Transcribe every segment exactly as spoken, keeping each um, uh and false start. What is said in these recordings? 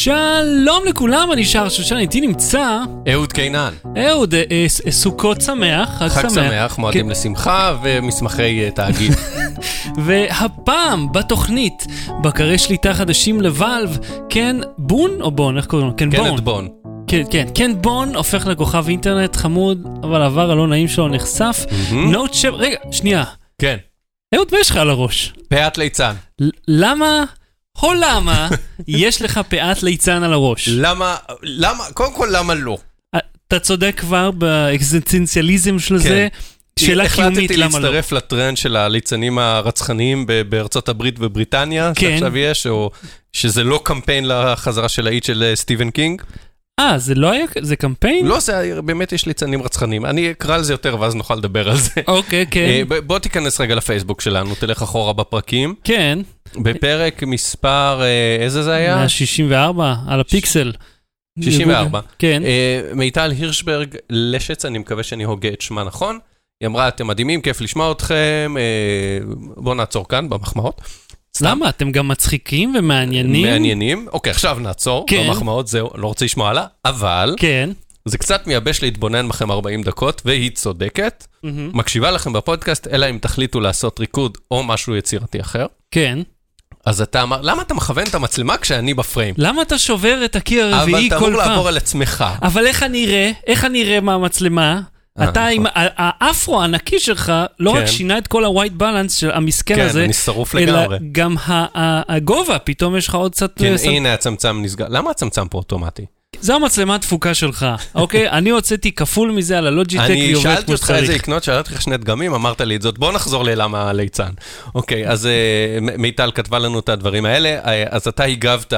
שלום לכולם, אני שר שושן, איתי נמצא אהוד קינן. אהוד, סוכות שמח, חג שמח. חג שמח, מועדים לשמחה ומסמכי תאגיד. והפעם בתוכנית, בקרי שליטה חדשים לוואלב, קן בון או בון, איך קוראים לו? קן בון. קנת בון. כן, כן, קן בון הופך לכוכב אינטרנט חמוד, אבל העבר הלא נעים שלו נחשף. נוט שבע, רגע, שנייה. כן. אהוד, מה יש לך על הראש? פאת ליצן. למה... או למה יש לך פאת ליצן על הראש? למה, למה, קודם כל למה לא? אתה צודק כבר באקזיסטנציאליזם של זה, שאלה קיומית, למה לא? החלטתי להצטרף לטרנד של הליצנים הרצחניים בארצות הברית ובריטניה, שעכשיו יש, או שזה לא קמפיין לחזרה של האית של סטיבן קינג. אה, זה לא היה, זה קמפיין? לא, זה באמת יש ליצנים רצחנים. אני אקרא על זה יותר ואז נוכל לדבר על זה. אוקיי, כן. בוא תיכנס רגע לפייסבוק שלנו, תלך אחורה בפרקים. כן. בפרק מספר, איזה זה היה? מאה שישים וארבע, על הפיקסל. שישים וארבע. כן. מיטל הירשברג לשץ, אני מקווה שאני הוגה את שמה נכון. היא אמרה, אתם מדהימים, כיף לשמוע אתכם. בואו נעצור כאן במחמאות. למה? אתם גם מצחיקים ומעניינים? מעניינים. אוקיי, עכשיו נעצור. במחמאות, זהו, לא רוצה לשמוע עלה. אבל, זה קצת מייבש להתבונן בכם ארבעים דקות, והיא צודקת. מקשיבה לכם בפודקאסט, אלא אם תחליטו לעשות ריקוד או משהו יצירתי אחר. כן. אז אתה אמר, למה אתה מכוון את המצלמה כשאני בפריים? למה אתה שובר את הקיר הרביעי כל פעם? אבל אתה אמור לעבור על עצמך. אבל איך אני אראה? איך אני אראה מהמצלמה? אתה עם האפרו הענקי שלך, לא רק שינה את כל הווייט בלנס של המסכן הזה, כן, אני שרוף לגמרי. אלא גם הגובה, פתאום יש לך עוד קצת... כן, הנה הצמצם נסגר. למה הצמצם פה אוטומטי? זו המצלמה התפוקה שלך, אוקיי? אני הוצאתי כפול מזה על הלוג'יטק, אני שאלתי אותך איזה לקנות, שאלתי לך שני דגמים, אמרת לי את זאת, בוא נחזור ללמה הליצן. אוקיי, אז מיטל כתבה לנו את הדברים האלה, אז אתה הגבת,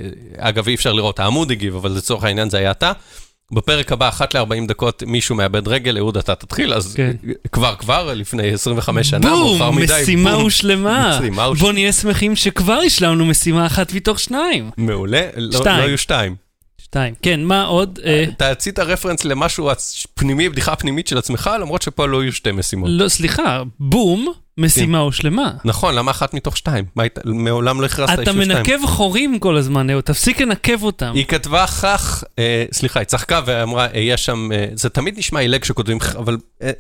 אגב אי אפשר לראות, העמוד הגיב, אבל לצורך העניין זה היה אתה. בפרק הבא, אחת ל-ארבעים דקות, מישהו מאבד רגל, אהוד, אתה תתחיל, אז כבר כבר, לפני עשרים וחמש שנה, מאוחר מדי, בום, משימה הושלמה. בוא נהיה שמחים שכבר השלמנו משימה אחת מתוך שניים. מעולה, לא יהיו שתיים. שתיים, כן, מה עוד? תעצי את הרפרנס למשהו פנימי, בדיחה פנימית של עצמך, למרות שפה לא יהיו שתי משימות. לא, סליחה, בום, משימה הושלמה. נכון, למה אחת מתוך שתיים? מעולם לא הכרסת איזשהו שתיים. אתה מנקב חורים כל הזמן, תפסיק לנקב אותם. היא כתבה כך, סליחה, היא צחקה ואמרה, יש שם, זה תמיד נשמע אילג שכותבים, אבל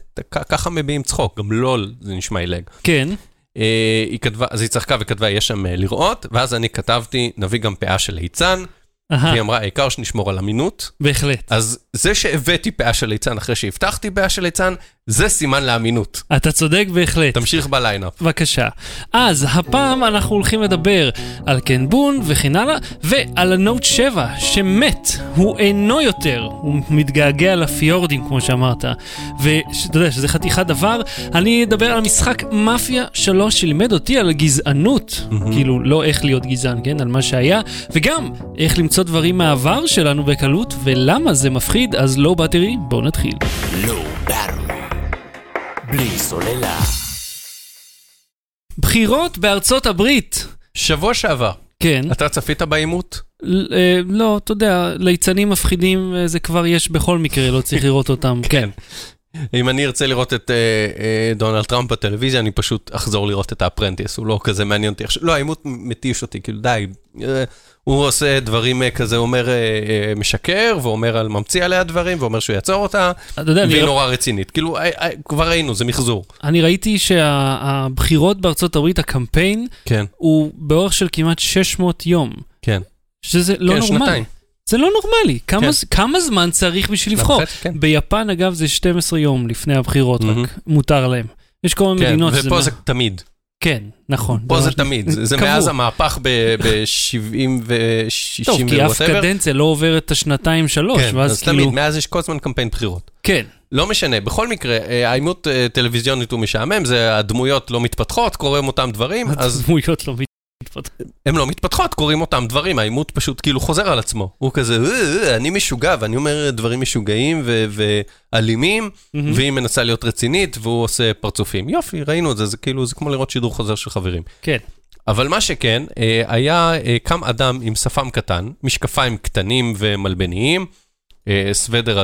ככה מביאים צחוק, גם לא זה נשמע אילג. כן. היא כתבה, אז היא צחקה וכתבה, יש שם לראות, ואז אני כתבתי, נביא גם פאה של ליצן, היא אמרה, העיקר שנשמור על אמינות. בהחלט. אז זה שהבאתי פאה של ליצן אחרי שהבטחתי פאה של ליצן, זה סימן לאמינות. אתה צודק בהחלט. תמשיך בליינאפ. בבקשה. אז הפעם אנחנו הולכים לדבר על קן בון וכן הלאה, ועל הנוט שבע שמת, הוא אינו יותר, הוא מתגעגע לפיורדים כמו שאמרת, ואתה יודע שזה חתיכת דבר, אני אדבר על משחק מאפיה שלוש שלימד אותי על גזענות, כאילו לא איך להיות גזען, כן, על מה שהיה, וגם איך למצוא דברים מהעבר שלנו בקלות, ולמה זה מפחיד, אז לא באטרי, בואו נתחיל. לא באטרי. בלי סוללה. בחירות בארצות הברית. שבוע שעבר. כן. אתה צפית בעימות? לא, אתה יודע, ליצנים מפחידים זה כבר יש בכל מקרה, לא צריך לראות אותם. כן. אם אני ארצה לראות את דונלד טראמפ בטלוויזיה, אני פשוט אחזור לראות את האפרנטיס, הוא לא כזה מעניין אותי. לא, העימות מתיש אותי, כאילו די, הוא עושה דברים כזה, הוא אומר משקר, ואומר על ממציא עליה דברים, ואומר שהוא יעצור אותה, והיא נורא רצינית. כאילו, כבר ראינו, זה מחזור. אני ראיתי שהבחירות בארצות הברית, הקמפיין, הוא באורך של כמעט שש מאות יום. כן. שזה לא נורמלי. זה לא נורמלי. כמה, כמה זמן צריך בשביל לבחור? ביפן, אגב, זה שנים עשר יום לפני הבחירות, רק מותר להם. יש כל מיני מדינות שזה... ופה זה תמיד. כן, נכון. פה זה תמיד. זה מאז המהפך ב-שבעים ו-שישים טוב, כי אף קדנציה לא עובר את השנתיים שלוש. כן, אז תמיד, מאז יש כל זמן קמפיין בחירות. כן. לא משנה, בכל מקרה, העימות טלוויזיונית הוא משעמם, זה הדמויות לא מתפתחות, קוראים אותם דברים. הדמויות לא מתפתחות. הם לא מתפתחות, קוראים אותם דברים, העימות פשוט כאילו חוזר על עצמו. הוא כזה, אני משוגע, ואני אומר דברים משוגעים ואלימים, והיא מנסה להיות רצינית, והוא עושה פרצופים. יופי, ראינו את זה, זה כאילו, זה כמו לראות שידור חוזר של חברים. כן. אבל מה שכן, היה קם אדם עם שפם קטן, משקפיים קטנים ומלבניים, סוודר אדום,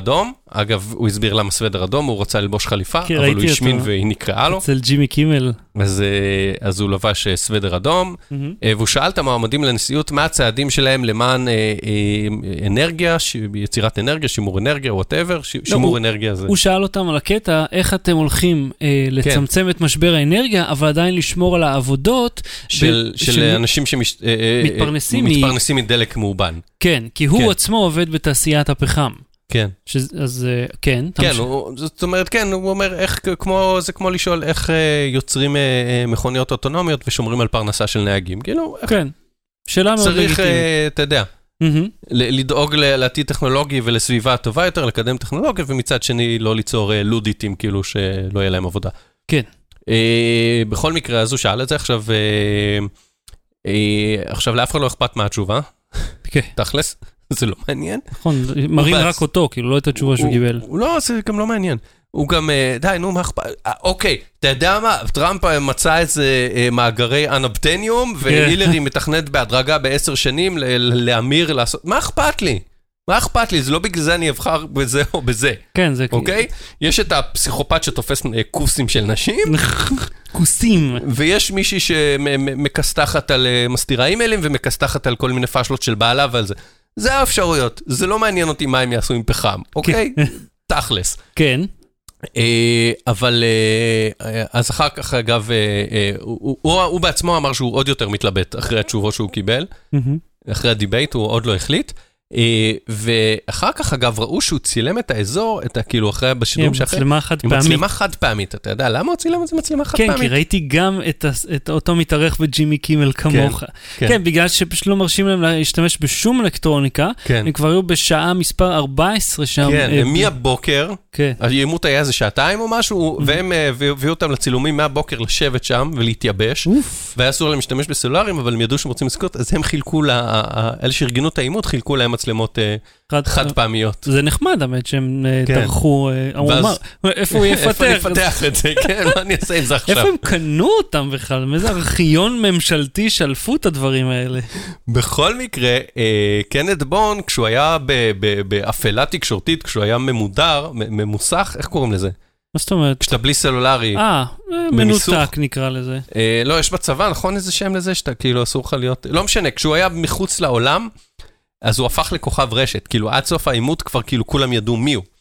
אגב, הוא הסביר למה סוודר אדום, הוא רצה ללבוש חליפה, אבל הוא השמין והיא נקראה לו. אצל ג'ימי קימל. אז, אז הוא לבש סוודר אדום, mm-hmm. והוא שאל את המועמדים לנשיאות, מה הצעדים שלהם למען אה, אה, אנרגיה, ש... יצירת אנרגיה, שימור אנרגיה, whatever, ש... לא, שימור הוא, אנרגיה זה. הוא שאל אותם על הקטע, איך אתם הולכים אה, לצמצם כן. את משבר האנרגיה, אבל עדיין לשמור על העבודות. של, ב... של, של אנשים שמתפרנסים שמש... מ... מדלק מאובן. כן, כי הוא כן. עצמו עובד בתעשיית הפחם. כן. ש... אז כן. כן, הוא, זאת אומרת, כן, הוא אומר, איך, כמו, זה כמו לשאול איך אה, יוצרים אה, מכוניות אוטונומיות ושומרים על פרנסה של נהגים. כאילו, כן. שאלה מאוד לגיטימית. צריך, אה, אתה יודע, mm-hmm. לדאוג לעתיד טכנולוגי ולסביבה טובה יותר, לקדם טכנולוגיה, ומצד שני לא ליצור אה, לודיטים, כאילו שלא יהיה להם עבודה. כן. אה, בכל מקרה, אז הוא שאל את זה עכשיו, אה, אה, עכשיו לאף אחד לא אכפת מה התשובה. כן. תכלס. זה לא מעניין. נכון, מראים רק אותו, כאילו לא את התשובה שהוא קיבל. לא, זה גם לא מעניין. הוא גם, די, נו, מה אכפת? אוקיי, אתה יודע מה? טראמפ מצא איזה מאגרי אנבטניום, והילרי מתכנת בהדרגה בעשר שנים להמיר, לעשות... מה אכפת לי? מה אכפת לי? זה לא בגלל זה אני אבחר בזה או בזה. כן, זה... אוקיי? יש את הפסיכופת שתופס כוסים של נשים. כוסים. ויש מישהי שמקסתחת על מסתירה אימיילים, ומקסתחת על כל מיני פשלות של בעלה ועל זה. זה האפשרויות, זה לא מעניין אותי מה הם יעשו עם פחם, אוקיי? תכלס. כן. אבל, אז אחר כך, אגב, הוא בעצמו אמר שהוא עוד יותר מתלבט אחרי התשובות שהוא קיבל, אחרי הדיבייט, הוא עוד לא החליט, ואחר כך, אגב, ראו שהוא צילם את האזור, את כאילו אחרי בשידורים שאחרי, מצלמה חד פעמית. מצלמה חד פעמית, אתה יודע, למה הוא צילם את זה מצלמה חד פעמית? כן, כי ראיתי גם את אותו מתארך בג'ימי קימל כמוך. כן, בגלל שפשוט לא מרשים להם להשתמש בשום אלקטרוניקה, הם כבר היו בשעה מספר ארבע עשרה שם. כן, מהבוקר, היימות היה איזה שעתיים או משהו, והם הביאו אותם לצילומים מהבוקר לשבת שם ולהתייבש, והיה אסור להם להשתמש בסלולרים, אבל הם ידעו שהם רוצים לזכות, אז הם חילקו, אלה שארגנו את האימות, חילקו להם מצלמות חד פעמיות. זה נחמד, האמת, שהם דרכו, איפה הוא יפתח? איפה נפתח את זה, כן, מה אני אעשה עם זה עכשיו? איפה הם קנו אותם בכלל? מאיזה ארכיון ממשלתי שלפו את הדברים האלה? בכל מקרה, קנט בון, כשהוא היה באפלה תקשורתית, כשהוא היה ממודר, ממוסך, איך קוראים לזה? מה זאת אומרת? כשאתה בלי סלולרי. אה, מנותק נקרא לזה. לא, יש בצבא, נכון איזה שם לזה, שאתה כאילו אסור לך להיות... לא משנה, כשהוא היה מחוץ לעולם, אז הוא הפך לכוכב רשת, כאילו עד סוף האימות כבר כאילו כולם ידעו מי הוא.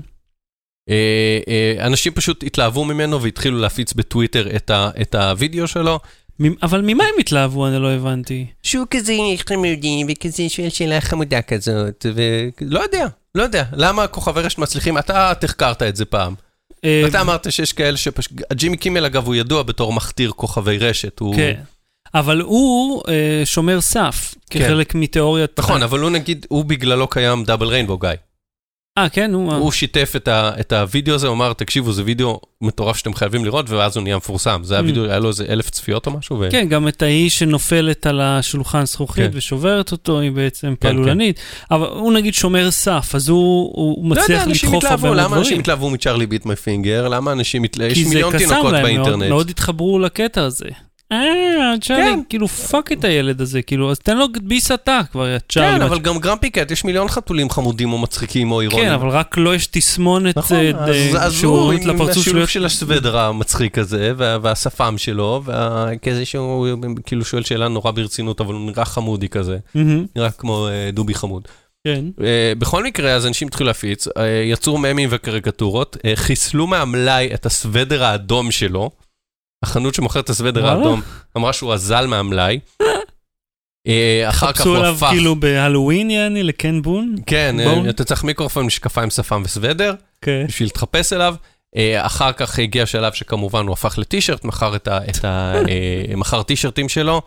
אנשים פשוט התלהבו ממנו והתחילו להפיץ בטוויטר את הוידאו שלו. אבל ממה הם התלהבו? אני לא הבנתי. שהוא כזה חמודי וכזה שואל שאלה חמודה כזאת, ולא יודע, לא יודע. למה כוכבי רשת מצליחים? אתה תחקרת את זה פעם. אתה אמרת שיש כאלה שפשוט... ג'ימי קימל אגב הוא ידוע בתור מכתיר כוכבי רשת. כן. אבל הוא אה, שומר סף, כחלק כן. מתיאוריית... נכון, אבל הוא נגיד, הוא בגללו קיים דאבל ריינבו גיא. אה, כן, הוא... הוא שיתף את, ה, את הוידאו הזה, הוא אמר, תקשיבו, זה וידאו מטורף שאתם חייבים לראות, ואז הוא נהיה מפורסם. זה הוידאו, היה לו איזה אלף צפיות או משהו. ו... כן, גם את ההיא שנופלת על השולחן זכוכית כן. ושוברת אותו, היא בעצם כן, פעלולנית. כן. אבל הוא נגיד שומר סף, אז הוא, הוא מצליח לא יודע, לדחוף הרבה דברים. למה אנשים התלהבו מצ'רלי ביט מי פינגר? למה אנשים התלהבו? יש מיליון תינוקות באינטרנט. מאוד, מאוד התחברו לקטע הזה. אה, צ'ארלי, כאילו פאק את הילד הזה, כאילו, אז תן לו ביס אתה כבר, צ'ארלי. כן, אבל גם גרמפי קט, יש מיליון חתולים חמודים או מצחיקים או אירונים. כן, אבל רק לא יש תסמונת שהוא עם השילוב של הסוודר המצחיק הזה, והשפם שלו, וכזה שהוא כאילו שואל שאלה נורא ברצינות, אבל הוא נראה חמודי כזה, נראה כמו דובי חמוד. כן. בכל מקרה, אז אנשים התחילו להפיץ, יצרו ממים וקריקטורות, חיסלו מהמלאי את הסוודר האדום שלו, החנות שמוכרת את הסוודר האדום, אמרה שהוא אזל מהמלאי. אחר כך הוא הפך... חפשו עליו כאילו בהלווין יעני, לקן בון? כן, אתה צריך מיקרופון, משקפיים, שפם וסוודר, בשביל להתחפש אליו. אחר כך הגיע שלב שכמובן הוא הפך לטישרט, מחר טישרטים שלו.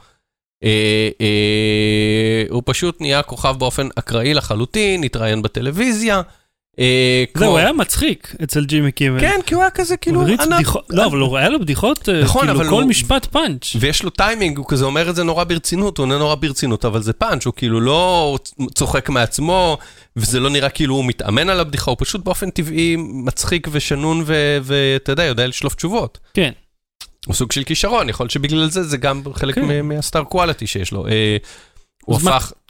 הוא פשוט נהיה כוכב באופן אקראי לחלוטין, התראיין בטלוויזיה. זהו, היה מצחיק אצל ג'ימי קימל. כן, כי הוא היה כזה כאילו ענק. לא, אבל היה לו בדיחות, כאילו כל משפט פאנץ'. ויש לו טיימינג, הוא כזה אומר את זה נורא ברצינות, הוא עונה נורא ברצינות, אבל זה פאנץ', הוא כאילו לא צוחק מעצמו, וזה לא נראה כאילו הוא מתאמן על הבדיחה, הוא פשוט באופן טבעי מצחיק ושנון, ואתה יודע, יודע לשלוף תשובות. כן. הוא סוג של כישרון, יכול להיות שבגלל זה זה גם חלק מהסטאר קואליטי שיש לו. הוא הפך...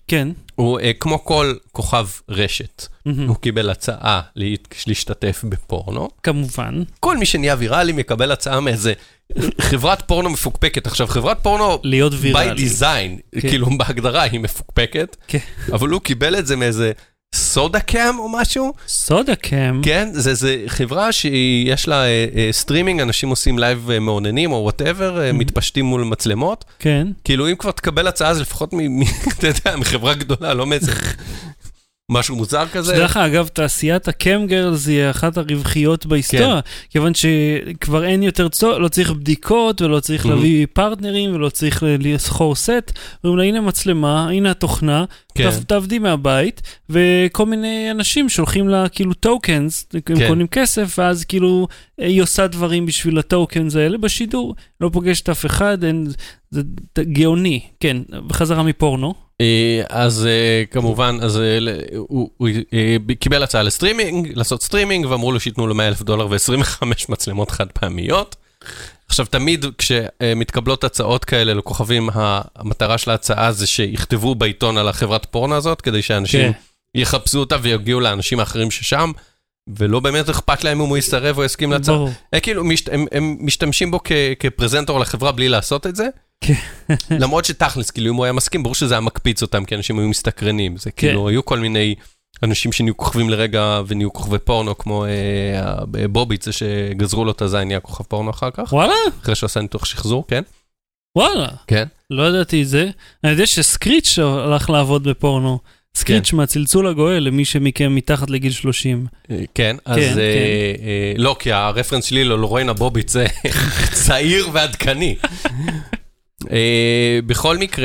כן. הוא, כמו כל כוכב רשת, הוא קיבל הצעה להשתתף בפורנו. כמובן. כל מי שנהיה ויראלי מקבל הצעה מאיזה חברת פורנו מפוקפקת. עכשיו, חברת פורנו, להיות ויראלי. by design, כאילו בהגדרה היא מפוקפקת, אבל הוא קיבל את זה מאיזה סודה קאם או משהו. סודה קאם? כן, זה, זה חברה שיש לה סטרימינג, אנשים עושים לייב מעוננים או whatever, מתפשטים מול מצלמות. כן. כאילו אם כבר תקבל הצעה, זה לפחות מ, אתה יודע, מחברה גדולה, לא מאיזה משהו מוזר כזה. שדרך אגב, תעשיית הקאם גרלס היא אחת הרווחיות בהיסטוריה, כיוון שכבר אין יותר צורך, לא צריך בדיקות, ולא צריך להביא פרטנרים, ולא צריך לסחור סט, ואומרים לה, הנה מצלמה, הנה התוכנה, תעבדי מהבית, וכל מיני אנשים שולחים לה כאילו טוקנס, הם קונים כסף, ואז כאילו היא עושה דברים בשביל הטוקנס האלה בשידור, לא פוגשת אף אחד, זה גאוני, כן, בחזרה מפורנו. אז כמובן, אז הוא קיבל הצעה לסטרימינג, לעשות סטרימינג, ואמרו לו שיתנו לו מאה אלף דולר ו-עשרים וחמש מצלמות חד פעמיות. עכשיו, תמיד כשמתקבלות הצעות כאלה לכוכבים, המטרה של ההצעה זה שיכתבו בעיתון על החברת פורנו הזאת, כדי שאנשים יחפשו אותה ויגיעו לאנשים האחרים ששם, ולא באמת אכפת להם אם הוא יסרב או יסכים להצעה. כאילו, הם משתמשים בו כפרזנטור לחברה בלי לעשות את זה, למרות שתכלס, כאילו, אם הוא היה מסכים, ברור שזה היה מקפיץ אותם, כי אנשים היו מסתקרנים. זה כאילו, היו כל מיני אנשים שנהיו כוכבים לרגע, ונהיו כוכבי פורנו, כמו בוביץ, זה שגזרו לו את הזין, נהיה כוכב פורנו אחר כך. וואלה? אחרי שהוא עשה ניתוח שחזור, כן. וואלה. כן. לא ידעתי את זה. אני יודע שסקריץ' הלך לעבוד בפורנו. סקריץ' מהצלצול הגואל, למי שמכם מתחת לגיל שלושים. כן, אז לא, כי הרפרנס שלי ללוריינה בוביץ זה צעיר ועדכני. בכל מקרה,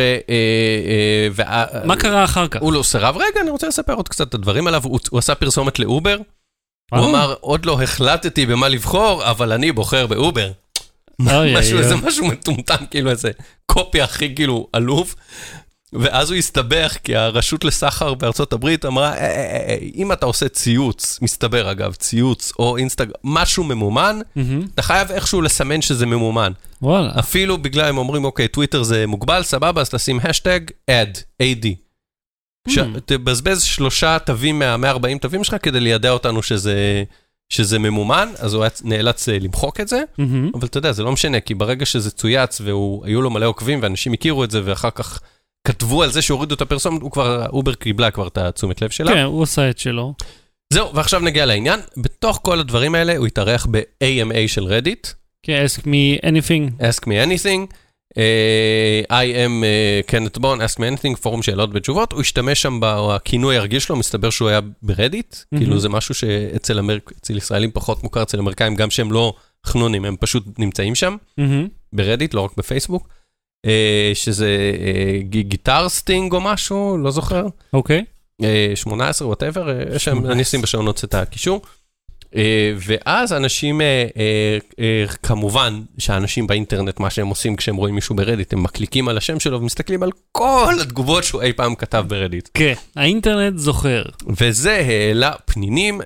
מה קרה אחר כך? הוא לא סרב, רגע, אני רוצה לספר עוד קצת את הדברים עליו, הוא עשה פרסומת לאובר, הוא אמר, עוד לא החלטתי במה לבחור, אבל אני בוחר באובר. משהו, איזה משהו מטומטם, כאילו איזה קופי הכי כאילו עלוב, ואז הוא הסתבך, כי הרשות לסחר בארצות הברית אמרה, אם אתה עושה ציוץ, מסתבר אגב, ציוץ או אינסטגרם, משהו ממומן, אתה חייב איכשהו לסמן שזה ממומן. וואלה. אפילו בגלל הם אומרים, אוקיי, טוויטר זה מוגבל, סבבה, אז תשים השטג, אד, איי די. תבזבז שלושה תווים מה-מאה וארבעים תווים שלך, כדי לידע אותנו שזה... שזה ממומן, אז הוא נאלץ למחוק את זה, אבל אתה יודע, זה לא משנה, כי ברגע שזה צויץ, והיו לו מלא עוקבים, ואנשים הכירו את זה, ואחר כך כתבו על זה שהורידו את הפרסומת, הוא כבר, אובר קיבלה כבר את התשומת לב שלה. כן, הוא עושה את שלו. זהו, ועכשיו נגיע לעניין. בתוך כל הדברים האלה, הוא התארח ב-איי אם איי של רדיט. כן, ask me anything. ask me anything. I am קנת בון, ask me anything, פורום שאלות ותשובות. הוא השתמש שם בכינוי הרגיש לו, מסתבר שהוא היה ברדיט. כאילו זה משהו שאצל אצל ישראלים פחות מוכר, אצל אמריקאים, גם שהם לא חנונים, הם פשוט נמצאים שם. ברדיט, לא רק בפייסבוק. שזה גיטר סטינג או משהו, לא זוכר. אוקיי. שמונה עשרה, whatever, אני אשים בשעונות את הקישור. ואז אנשים, כמובן שהאנשים באינטרנט, מה שהם עושים כשהם רואים מישהו ברדיט, הם מקליקים על השם שלו ומסתכלים על כל התגובות שהוא אי פעם כתב ברדיט. כן, האינטרנט זוכר. וזה העלה פנינים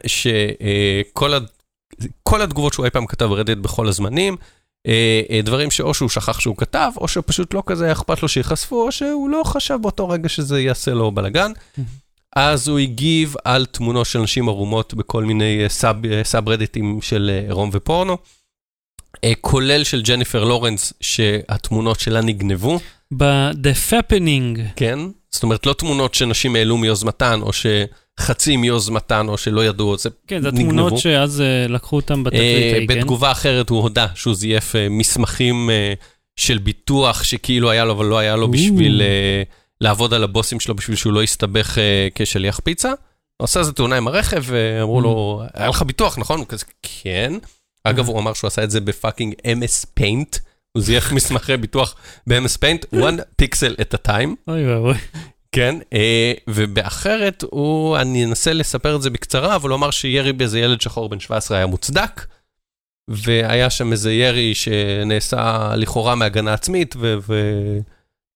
שכל התגובות שהוא אי פעם כתב ברדיט בכל הזמנים, דברים שאו שהוא שכח שהוא כתב, או שפשוט לא כזה אכפת לו שיחשפו, או שהוא לא חשב באותו רגע שזה יעשה לו בלגן. אז הוא הגיב על תמונות של נשים ערומות בכל מיני סאב רדיטים של עירום ופורנו, כולל של ג'ניפר לורנס, שהתמונות שלה נגנבו. ב-The Fappening. כן, זאת אומרת, לא תמונות שנשים העלו מיוזמתן, או שחצי מיוזמתן, או שלא ידעו, זה נגנבו. כן, זה תמונות שאז לקחו אותם בתקליט. בתגובה אחרת הוא הודע שהוא זייף מסמכים של ביטוח, שכאילו היה לו, אבל לא היה לו בשביל לעבוד על הבוסים שלו, בשביל שהוא לא יסתבך כשליח פיצה. הוא עשה איזה תאונה עם הרכב, ואמרו לו, היה לך ביטוח, נכון? הוא כזה, כן. אגב, הוא אמר שהוא עשה את זה בפאקינג אם אס Paint, הוא זייף מסמכי ביטוח ב-אם אס Paint, one pixel at a time. אוי ואוי. כן, ובאחרת, אני אנסה לספר את זה בקצרה, אבל הוא אמר שירי באיזה ילד שחור בן שבע עשרה היה מוצדק, והיה שם איזה ירי שנעשה לכאורה מהגנה עצמית,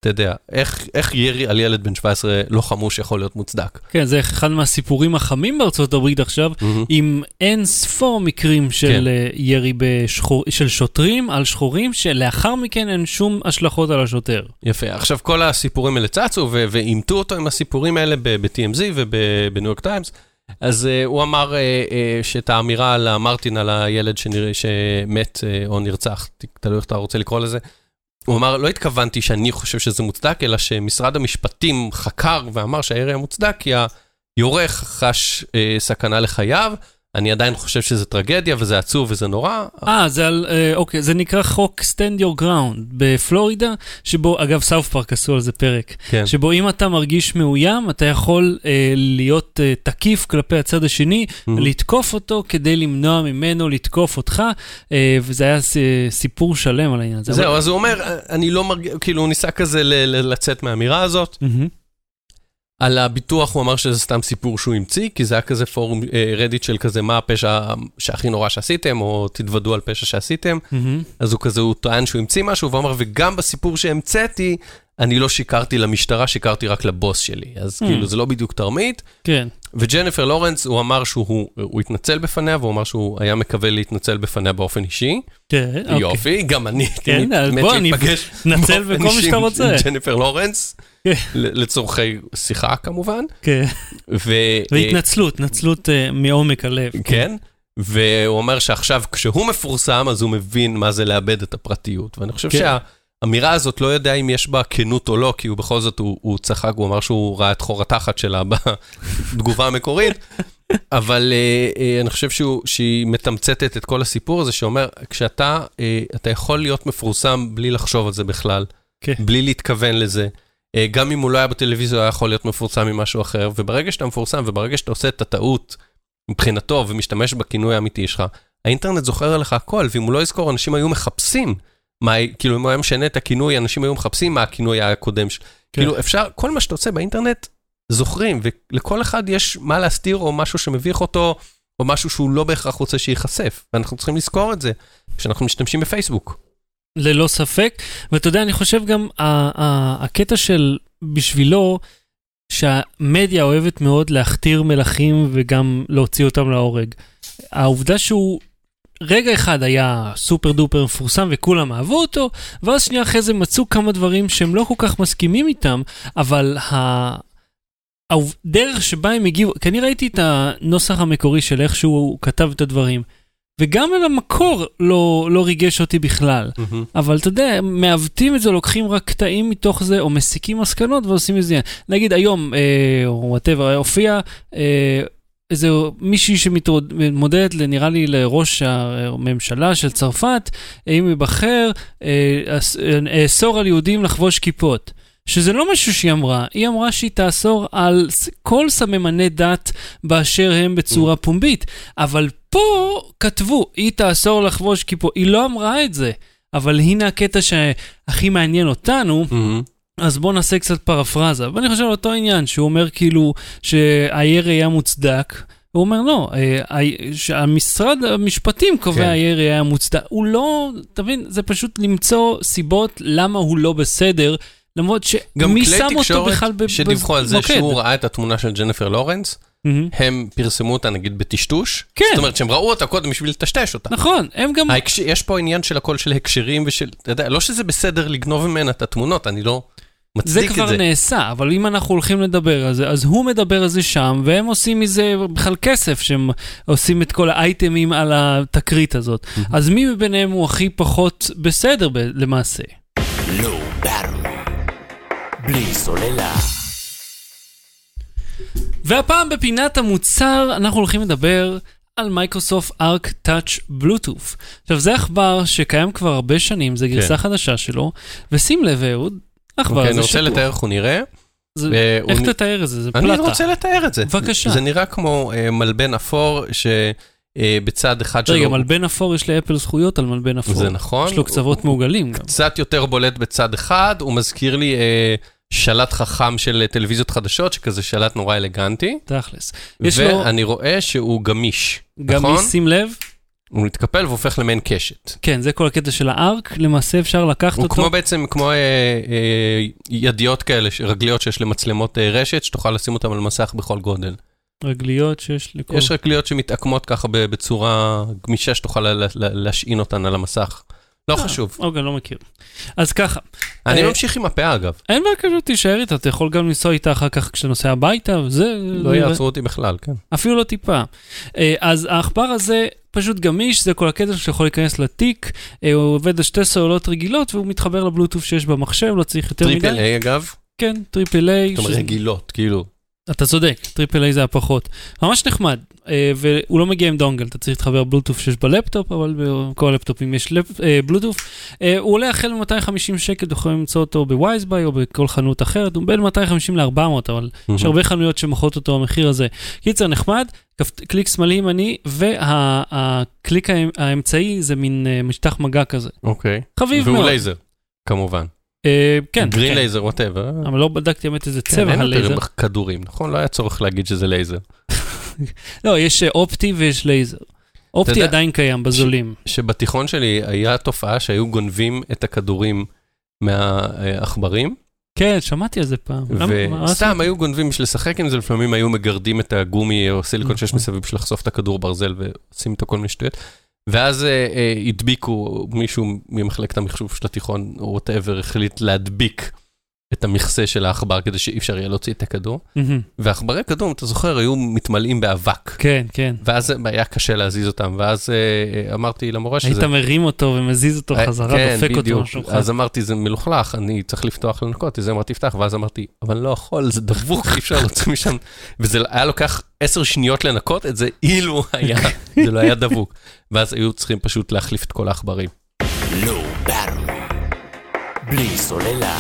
אתה יודע, איך, איך ירי על ילד בן שבע עשרה לא חמוש יכול להיות מוצדק? כן, זה אחד מהסיפורים החמים בארצות הברית עכשיו, mm-hmm. עם אין ספור מקרים של כן. ירי בשחור, של שוטרים על שחורים, שלאחר מכן אין שום השלכות על השוטר. יפה, עכשיו כל הסיפורים האלה צצו, ואימתו אותו עם הסיפורים האלה ב-טי אם זי ובניו יורק טיימס, אז uh, הוא אמר uh, uh, שאת האמירה על המרטין, על הילד שנראה, שמת uh, או נרצח, תלוי איך אתה רוצה לקרוא לזה, הוא אמר, לא התכוונתי שאני חושב שזה מוצדק, אלא שמשרד המשפטים חקר ואמר שהירי המוצדק, כי היורה חש אה, סכנה לחייו, אני עדיין חושב שזה טרגדיה, וזה עצוב וזה נורא. אה, זה על, אה, אוקיי, זה נקרא חוק Stand Your Ground בפלורידה, שבו, אגב, סאוף פארק עשו על זה פרק, כן. שבו אם אתה מרגיש מאוים, אתה יכול אה, להיות אה, תקיף כלפי הצד השני, mm-hmm. לתקוף אותו כדי למנוע ממנו לתקוף אותך, אה, וזה היה סיפור שלם על העניין. זהו, אבל... אז הוא אומר, אני לא מרגיש, כאילו הוא ניסה כזה ל- ל- לצאת מהאמירה הזאת, mm-hmm. על הביטוח הוא אמר שזה סתם סיפור שהוא המציא, כי זה היה כזה פורום רדיט של כזה מה הפשע שהכי נורא שעשיתם, או תתוודו על פשע שעשיתם. אז הוא כזה, הוא טוען שהוא המציא משהו, והוא אמר, וגם בסיפור שהמצאתי, אני לא שיקרתי למשטרה, שיקרתי רק לבוס שלי. אז כאילו זה לא בדיוק תרמית. כן. וג'ניפר לורנס, הוא אמר שהוא התנצל בפניה, והוא אמר שהוא היה מקווה להתנצל בפניה באופן אישי. כן, יופי, גם אני. כן, בוא, אני נצל בכל מה שאתה רוצה. ג'ניפר לורנס. לצורכי שיחה כמובן. כן. והתנצלות, התנצלות מעומק הלב. כן. והוא אומר שעכשיו כשהוא מפורסם, אז הוא מבין מה זה לאבד את הפרטיות. ואני חושב שהאמירה הזאת לא יודע אם יש בה כנות או לא, כי הוא בכל זאת, הוא צחק, הוא אמר שהוא ראה את חור התחת שלה בתגובה המקורית. אבל אני חושב שהיא מתמצתת את כל הסיפור הזה, שאומר, כשאתה אתה יכול להיות מפורסם בלי לחשוב על זה בכלל, בלי להתכוון לזה. גם אם הוא לא היה בטלוויזיה, הוא היה יכול להיות מפורסם ממשהו אחר, וברגע שאתה מפורסם, וברגע שאתה עושה את הטעות מבחינתו, ומשתמש בכינוי האמיתי שלך, האינטרנט זוכר עליך הכל, ואם הוא לא יזכור, אנשים היו מחפשים, מה, כאילו אם הוא היה משנה את הכינוי, אנשים היו מחפשים מה הכינוי הקודם. כן. כאילו אפשר, כל מה שאתה עושה באינטרנט, זוכרים, ולכל אחד יש מה להסתיר, או משהו שמביך אותו, או משהו שהוא לא בהכרח רוצה שיחשף, ואנחנו צריכים לזכור את זה, כשאנחנו משתמשים בפייסבוק. ללא ספק, ואתה יודע, אני חושב גם, הקטע של בשבילו, שהמדיה אוהבת מאוד להכתיר מלכים, וגם להוציא אותם להורג. העובדה שהוא רגע אחד היה סופר דופר מפורסם, וכולם אהבו אותו, ואז שנייה אחרי זה מצאו כמה דברים שהם לא כל כך מסכימים איתם, אבל הדרך שבה הם הגיעו, כי אני ראיתי את הנוסח המקורי של איך שהוא כתב את הדברים, וגם על המקור לא, לא ריגש אותי בכלל. Mm-hmm. אבל אתה יודע, מעוותים את זה, לוקחים רק קטעים מתוך זה, או מסיקים מסקנות ועושים את זה. נגיד היום, אה, או whatever, הופיע אה, איזה מישהי שמתמודדת, נראה לי לראש הממשלה של צרפת, אם יבחר, אסור על יהודים לחבוש כיפות. שזה לא משהו שהיא אמרה, היא אמרה שהיא תאסור על כל סממני דת באשר הם בצורה פומבית, אבל פה כתבו, היא תאסור לחבוש כיפות, היא לא אמרה את זה, אבל הנה הקטע שהכי מעניין אותנו, אז בואו נעשה קצת פרפרזה, ואני חושב על אותו עניין, שהוא אומר כאילו שהירי היה מוצדק, הוא אומר לא, שהמשרד המשפטים קובע הירי היה מוצדק, הוא לא, תבין, זה פשוט למצוא סיבות למה הוא לא בסדר, למרות שמי שם אותו בכלל במוקד. שדיווחו על זה שהוא ראה את התמונה של ג'ניפר לורנס, הם פרסמו אותה נגיד בטשטוש, זאת אומרת שהם ראו אותה קודם בשביל לטשטש אותה. נכון, הם גם... יש פה עניין של הכל של הקשרים ושל, אתה יודע, לא שזה בסדר לגנוב ממנה את התמונות, אני לא מצדיק את זה. זה כבר נעשה, אבל אם אנחנו הולכים לדבר על זה, אז הוא מדבר על זה שם, והם עושים מזה בכלל כסף, שהם עושים את כל האייטמים על התקרית הזאת. אז מי מביניהם הוא הכי פחות בסדר למעשה? לא ברור. בלי סוללה. והפעם בפינת המוצר אנחנו הולכים לדבר על מייקרוסופט ארק טאץ' בלוטות'. עכשיו זה עכבר שקיים כבר הרבה שנים, זה גרסה חדשה שלו, ושים לב אהוד, עכבר הזה שפוע. אני רוצה לתאר איך הוא נראה. איך תתאר את זה? זה פלטה. אני רוצה לתאר את זה. בבקשה. זה נראה כמו מלבן אפור ש... בצד אחד שלו. רגע, מלבן אפור יש לאפל זכויות על מלבן אפור. זה נכון. יש לו קצוות מעוגלים. קצת יותר בולט בצד אחד, הוא מזכיר לי שלט חכם של טלוויזיות חדשות, שכזה שלט נורא אלגנטי. תכלס. ואני רואה שהוא גמיש. גמיש, שים לב. הוא מתקפל והופך למעין קשת. כן, זה כל הקטע של הארק, למעשה אפשר לקחת הוא אותו. כמו בעצם, כמו אה, אה, ידיות כאלה, רגליות שיש למצלמות אה, רשת, שתוכל לשים אותם על מסך בכל גודל. רגליות שיש לכל... יש רגליות שמתעקמות ככה בצורה גמישה, שתוכל לה, לה, להשעין אותן על המסך. לא חשוב. אוקיי, לא מכיר. אז ככה. אני ממשיך עם הפה אגב. אין בעיה כזאת, תישאר איתה, אתה יכול גם לנסוע איתה אחר כך כשאתה נוסע הביתה, וזה... לא יעצרו אותי בכלל, כן. אפילו לא טיפה. אז העכבר הזה פשוט גמיש, זה כל הקטע שיכול להיכנס לתיק, הוא עובד על שתי סוללות רגילות, והוא מתחבר לבלוטוף שיש במחשב, לא צריך יותר מדי. טריפל איי אגב? כן, טריפל איי. זאת אומרת רגילות, כאילו. אתה צודק, טריפל איי זה הפחות. ממש נחמד, והוא לא מגיע עם דונגל, אתה צריך להתחבר בלוטוף שיש בלפטופ, אבל בכל הלפטופים יש בלוטוף. הוא עולה החל ב-מאתיים וחמישים שקל, אתה יכול למצוא אותו בווייזביי או בכל חנות אחרת, הוא בין מאתיים וחמישים ל-ארבע מאות, אבל יש הרבה חנויות שמוכרות אותו במחיר הזה. קיצר נחמד, קליק שמאלי ימני, והקליק האמצעי זה מין משטח מגע כזה. אוקיי. חביב מאוד. והוא לייזר, כמובן. כן. גרין לייזר, whatever. אבל לא בדקתי באמת איזה צבע הלייזר. אין יותר כדורים, נכון? לא היה צורך להגיד שזה לייזר. לא, יש אופטי ויש לייזר. אופטי עדיין קיים בזולים. שבתיכון שלי היה תופעה שהיו גונבים את הכדורים מהעכברים. כן, שמעתי על זה פעם. וסתם היו גונבים בשביל לשחק עם זה, לפעמים היו מגרדים את הגומי או סיליקון שיש מסביב בשביל לחשוף את הכדור ברזל ועושים את הכל משטויות. ואז הדביקו מישהו ממחלקת המחשוב של התיכון, או whatever, החליט להדביק את המכסה של העכבר, כדי שאי אפשר יהיה להוציא את הכדור. והעכברי כדור, אתה זוכר, היו מתמלאים באבק. כן, כן. ואז היה קשה להזיז אותם, ואז אמרתי למורה שזה... היית מרים אותו ומזיז אותו חזרה, דופק אותו משהו. אז אמרתי, זה מלוכלך, אני צריך לפתוח לנקות, אז אמרתי, תפתח, ואז אמרתי, אבל לא יכול, זה דבוק, אי אפשר להוציא משם. וזה היה לוקח עשר שניות לנקות את זה, אילו היה, זה לא היה דבוק. ואז היו צריכים פשוט להחליף את כל העכברים. בלי סוללה.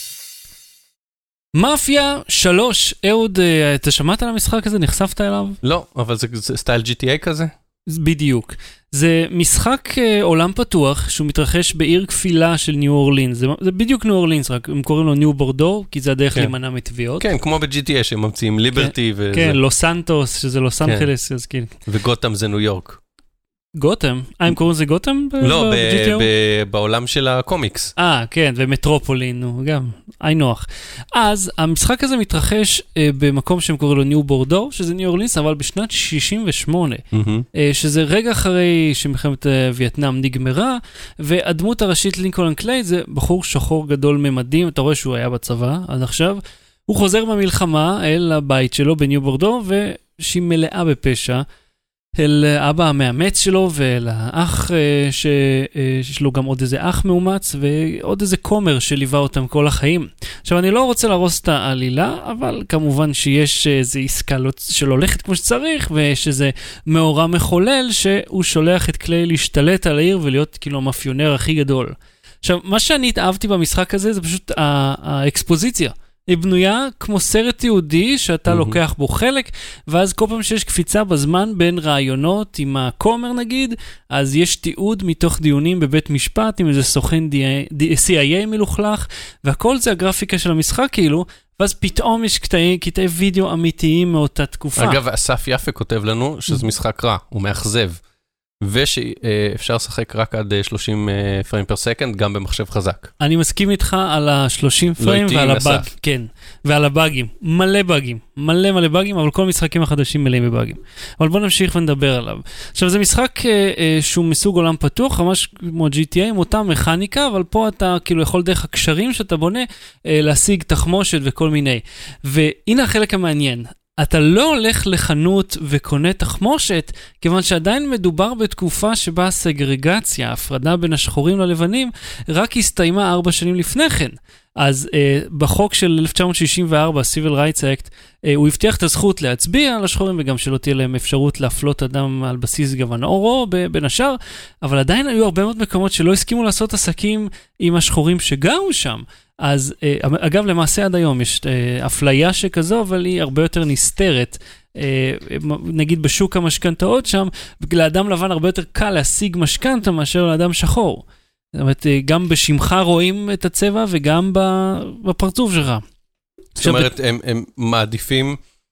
מאפיה שלוש, אהוד, אתה שמעת על המשחק הזה? נחשפת אליו? לא, אבל זה, זה סטייל ג'י טי איי כזה? בדיוק. זה משחק עולם פתוח, שהוא מתרחש בעיר כפילה של ניו אורלינס. זה, זה בדיוק ניו אורלינס, רק הם קוראים לו ניו בורדו, כי זה הדרך כן. להימנע מתביעות. כן, כמו ב-ג'י טי איי שהם ממציאים ליברטי כן, וזה. כן, לוס סנטוס, שזה לוס אנג'לס, אז כן. וגותם זה ניו יורק. גותם? אה, הם קוראים לזה גותם? לא, בעולם של הקומיקס. אה, כן, ומטרופולין, נו, גם, אי נוח. אז המשחק הזה מתרחש במקום שהם קוראים לו ניו בורדו, שזה ניו אורלינס, אבל בשנת שישים ושמונה, שזה רגע אחרי שמלחמת וייטנאם נגמרה, והדמות הראשית לינקולן קלייד זה בחור שחור גדול ממדים, אתה רואה שהוא היה בצבא, אז עכשיו הוא חוזר במלחמה אל הבית שלו בניו בורדו, ושהיא מלאה בפשע, אל אבא המאמץ שלו ואל האח שיש לו גם עוד איזה אח מאומץ ועוד איזה כומר שליווה אותם כל החיים. עכשיו אני לא רוצה להרוס את העלילה, אבל כמובן שיש איזו עסקה שלא הולכת כמו שצריך, ויש איזה מאורע מחולל שהוא שולח את קליי להשתלט על העיר ולהיות כאילו המאפיונר הכי גדול. עכשיו מה שאני התאהבתי במשחק הזה זה פשוט האקספוזיציה. היא בנויה כמו סרט יהודי שאתה לוקח בו חלק, ואז כל פעם שיש קפיצה בזמן בין רעיונות עם הכומר נגיד, אז יש תיעוד מתוך דיונים בבית משפט עם איזה סוכן סי איי איי מלוכלך, והכל זה הגרפיקה של המשחק כאילו, ואז פתאום יש קטעי, קטעי וידאו אמיתיים מאותה תקופה. אגב, אסף יפה כותב לנו שזה משחק רע, הוא מאכזב. ושאפשר לשחק רק עד שלושים פריים פר סקנד, גם במחשב חזק. אני מסכים איתך על ה-שלושים פריים ועל הבאג, כן, ועל הבאגים, מלא באגים, מלא מלא באגים, אבל כל המשחקים החדשים מלאים בבאגים. אבל בוא נמשיך ונדבר עליו. עכשיו, זה משחק שהוא מסוג עולם פתוח, ממש כמו ג'י טי איי, עם אותה מכניקה, אבל פה אתה כאילו יכול דרך הקשרים שאתה בונה, להשיג תחמושת וכל מיני. והנה החלק המעניין. אתה לא הולך לחנות וקונה תחמושת, כיוון שעדיין מדובר בתקופה שבה הסגרגציה, ההפרדה בין השחורים ללבנים, רק הסתיימה ארבע שנים לפני כן. אז אה, בחוק של אלף תשע מאות שישים וארבע, Civil Rights Act, אה, הוא הבטיח את הזכות להצביע על השחורים, וגם שלא תהיה להם אפשרות להפלות אדם על בסיס גוון עורו, בין השאר, אבל עדיין היו הרבה מאוד מקומות שלא הסכימו לעשות עסקים עם השחורים שגרו שם. אז אגב, למעשה עד היום יש אפליה שכזו, אבל היא הרבה יותר נסתרת. נגיד בשוק המשכנתאות שם, לאדם לבן הרבה יותר קל להשיג משכנתה מאשר לאדם שחור. זאת אומרת, גם בשמך רואים את הצבע וגם בפרצוף שלך. זאת אומרת, הם, הם מעדיפים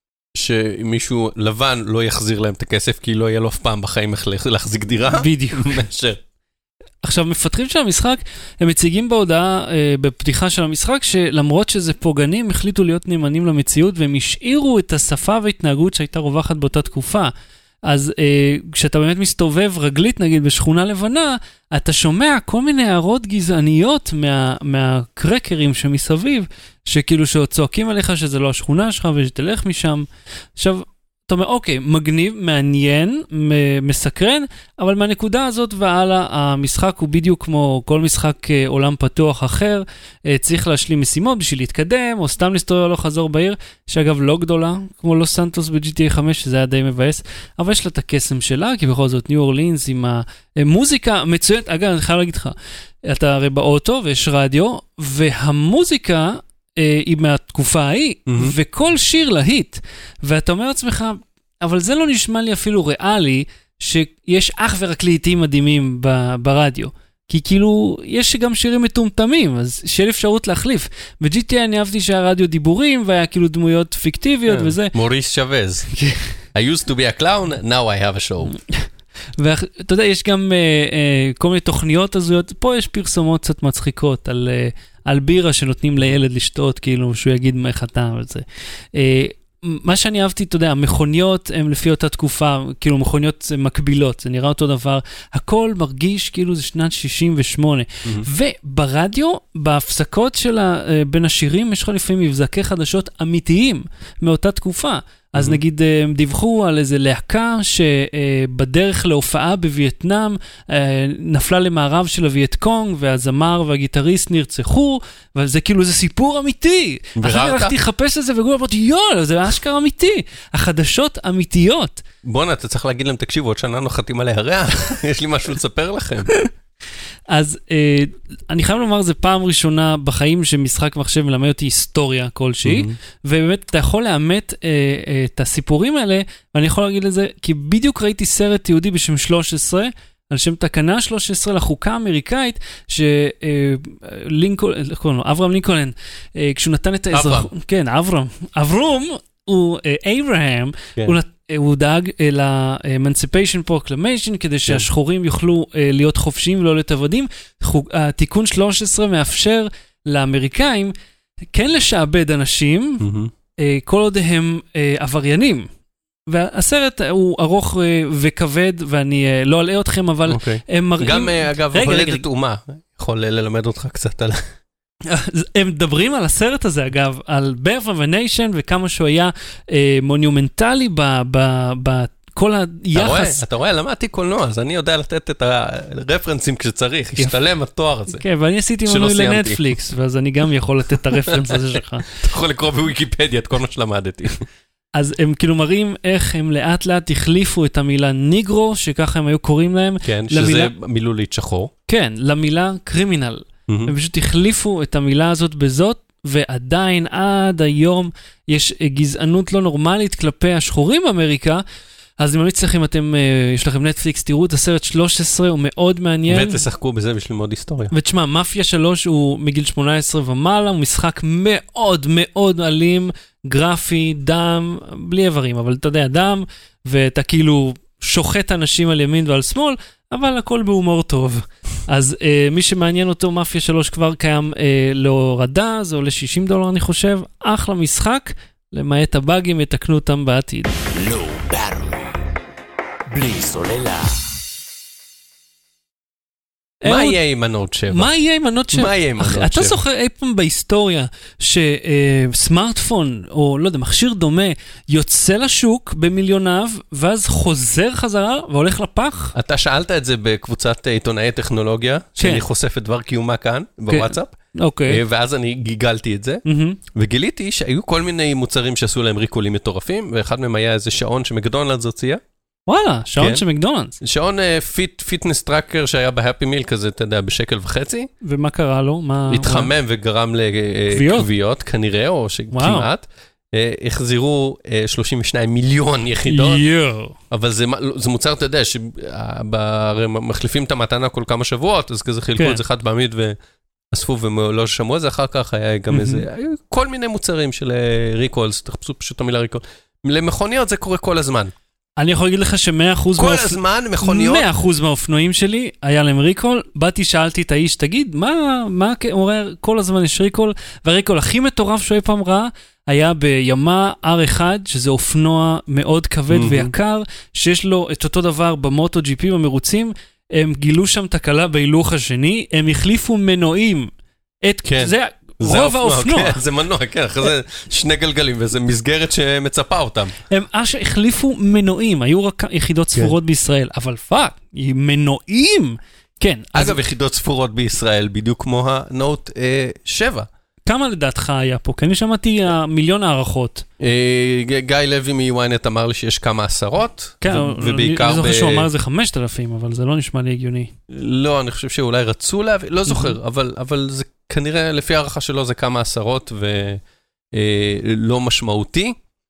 שמישהו לבן לא יחזיר להם את הכסף, כי לא יהיה לו אף פעם בחיים איך להחזיק דירה. בדיוק. מאשר. עכשיו, מפתחים של המשחק, הם מציגים בהודעה, אה, בפתיחה של המשחק, שלמרות שזה פוגעני, הם החליטו להיות נאמנים למציאות, והם השאירו את השפה וההתנהגות שהייתה רווחת באותה תקופה. אז אה, כשאתה באמת מסתובב רגלית, נגיד, בשכונה לבנה, אתה שומע כל מיני הערות גזעניות מה, מהקרקרים שמסביב, שכאילו שצועקים עליך שזה לא השכונה שלך ושתלך משם. עכשיו, אתה אומר, אוקיי, מגניב, מעניין, מסקרן, אבל מהנקודה הזאת והלאה, המשחק הוא בדיוק כמו כל משחק עולם פתוח אחר, צריך להשלים משימות בשביל להתקדם, או סתם להסתובב הלוך חזור בעיר, שאגב לא גדולה, כמו לוס סנטוס ב-ג'י טי איי חמש, שזה היה די מבאס, אבל יש לה את הקסם שלה, כי בכל זאת ניו אורלינס עם המוזיקה מצוינת, אגב, אני חייב להגיד לך, אתה הרי באוטו ויש רדיו, והמוזיקה, היא מהתקופה ההיא, mm-hmm. וכל שיר להיט, ואתה אומר לעצמך, אבל זה לא נשמע לי אפילו ריאלי, שיש אך ורק להיטים מדהימים ב- ברדיו, כי כאילו, יש גם שירים מטומטמים, אז שיהיה אפשרות להחליף. ב-ג'י טי איי אני אהבתי שהיה רדיו דיבורים, והיה כאילו דמויות פיקטיביות, yeah. וזה. מוריס שווז. I used to be a clown, now I have a show. ואתה יודע, יש גם uh, uh, כל מיני תוכניות הזויות, פה יש פרסומות קצת מצחיקות על... Uh, על בירה שנותנים לילד לשתות, כאילו, שהוא יגיד מה איך אתה וזה. מה שאני אהבתי, אתה יודע, המכוניות הן לפי אותה תקופה, כאילו מכוניות מקבילות, זה נראה אותו דבר, הכל מרגיש כאילו זה שנת שישים ושמונה. וברדיו, בהפסקות של בין השירים, יש לך לפעמים מבזקי חדשות אמיתיים מאותה תקופה. אז נגיד, הם דיווחו על איזה להקה שבדרך להופעה בווייטנאם, נפלה למערב של הווייט קונג, והזמר והגיטריסט נרצחו, וזה כאילו, זה סיפור אמיתי. אחרי הלכתי לחפש את זה, וגול אמרתי, יואל, זה אשכרה אמיתי. החדשות אמיתיות. בונה, אתה צריך להגיד להם, תקשיבו, עוד שנה נוחתים על הירח, יש לי משהו לספר לכם. אז אה, אני חייב לומר, זה פעם ראשונה בחיים שמשחק מחשב מלמד אותי היסטוריה כלשהי, mm-hmm. ובאמת אתה יכול לאמת אה, אה, את הסיפורים האלה, ואני יכול להגיד לזה, כי בדיוק ראיתי סרט יהודי בשם שלוש עשרה, על שם תקנה שלוש עשרה לחוקה האמריקאית, שלינקולן, איך קוראים לו? אברהם לינקולן, אה, כשהוא נתן את האזרחות, כן, אברהם, אברום, הוא אברהם, הוא נתן, הוא דאג ל-Emancipation Proclamation, כדי שהשחורים יוכלו להיות חופשיים ולא להיות עבדים. התיקון שלוש עשרה מאפשר לאמריקאים כן לשעבד אנשים, כל עוד הם עבריינים. והסרט הוא ארוך וכבד, ואני לא אלאה אתכם, אבל הם מראים... גם, אגב, הולדת אומה, יכול ללמד אותך קצת על... הם מדברים על הסרט הזה, אגב, על Birth of a Nation, וכמה שהוא היה אה, מונומנטלי בכל היחס. אתה רואה, למדתי קולנוע, אז אני יודע לתת את הרפרנסים כשצריך, השתלם התואר הזה. כן, ואני עשיתי מנוי לנטפליקס, ואז אני גם יכול לתת את הרפרנס הזה שלך. אתה יכול לקרוא בוויקיפדיה את כל מה שלמדתי. אז הם כאילו מראים איך הם לאט לאט החליפו את המילה ניגרו, שככה הם היו קוראים להם. כן, שזה מילולית שחור. כן, למילה קרימינל. הם פשוט החליפו את המילה הזאת בזאת, ועדיין עד היום יש גזענות לא נורמלית כלפי השחורים באמריקה, אז אני ממליץ לכם, אתם, יש לכם נטפליקס, תראו את הסרט שלוש עשרה, הוא מאוד מעניין. ותשחקו בזה בשביל ללמוד היסטוריה. ותשמע, מאפיה שלוש הוא מגיל שמונה עשרה ומעלה, הוא משחק מאוד מאוד אלים, גרפי, דם, בלי איברים, אבל אתה יודע, דם, ואתה כאילו שוחט אנשים על ימין ועל שמאל, אבל הכל בהומור טוב. אז אה, מי שמעניין אותו, מאפיה שלוש כבר קיים אה, להורדה, זה עולה שישים דולר אני חושב, אחלה משחק, למעט הבאגים יתקנו אותם בעתיד. לא ברור. בלי סוללה. מה יהיה עם הנוט שבע? מה יהיה עם הנוט שבע? מה יהיה עם הנוט שבע? אתה זוכר אי פעם בהיסטוריה שסמארטפון, או לא יודע, מכשיר דומה, יוצא לשוק במיליוניו, ואז חוזר חזרה והולך לפח? אתה שאלת את זה בקבוצת עיתונאי טכנולוגיה, שאני חושף את דבר קיומה כאן, בוואטסאפ. אוקיי. ואז אני גיגלתי את זה, וגיליתי שהיו כל מיני מוצרים שעשו להם ריקולים מטורפים, ואחד מהם היה איזה שעון שמקדונלדס הוציאה. וואלה, שעון של מקדונלדס. שעון פיטנס טראקר שהיה בהפי מיל כזה, אתה יודע, בשקל וחצי. ומה קרה לו? התחמם וגרם לכוויות, כנראה, או שכמעט. החזירו שלושים ושניים מיליון יחידות. אבל זה מוצר, אתה יודע, שמחליפים את המתנה כל כמה שבועות, אז כזה חילקו את זה חד פעמית ואספו ולא שמעו את זה, אחר כך היה גם איזה, כל מיני מוצרים של ריקולס, תחפשו פשוט המילה ריקול. למכוניות זה קורה כל הזמן. אני יכול להגיד לך ש-מאה אחוז כל הזמן מכוניות... מאה אחוז מהאופנועים שלי היה להם ריקול, באתי, שאלתי את האיש, תגיד, מה, מה, הוא אומר, כל הזמן יש ריקול, והריקול הכי מטורף שהוא אי פעם ראה, היה בימה אר אחת, שזה אופנוע מאוד כבד ויקר, שיש לו את אותו דבר במוטו ג'י פי במרוצים, הם גילו שם תקלה בהילוך השני, הם החליפו מנועים, את זה... רוב האופנוע. זה מנוע, כן, אחרי זה שני גלגלים, וזה מסגרת שמצפה אותם. הם אש החליפו מנועים, היו רק יחידות ספורות בישראל, אבל פאק, מנועים, כן. אגב, יחידות ספורות בישראל, בדיוק כמו הנוט שבע. כמה לדעתך היה פה? כי אני שמעתי מיליון הערכות. גיא לוי מ-ynet אמר לי שיש כמה עשרות, ובעיקר... אני זוכר שהוא אמר זה חמשת אלפים, אבל זה לא נשמע לי הגיוני. לא, אני חושב שאולי רצו להביא, לא זוכר, אבל זה כנראה, לפי הערכה שלו, זה כמה עשרות ולא משמעותי.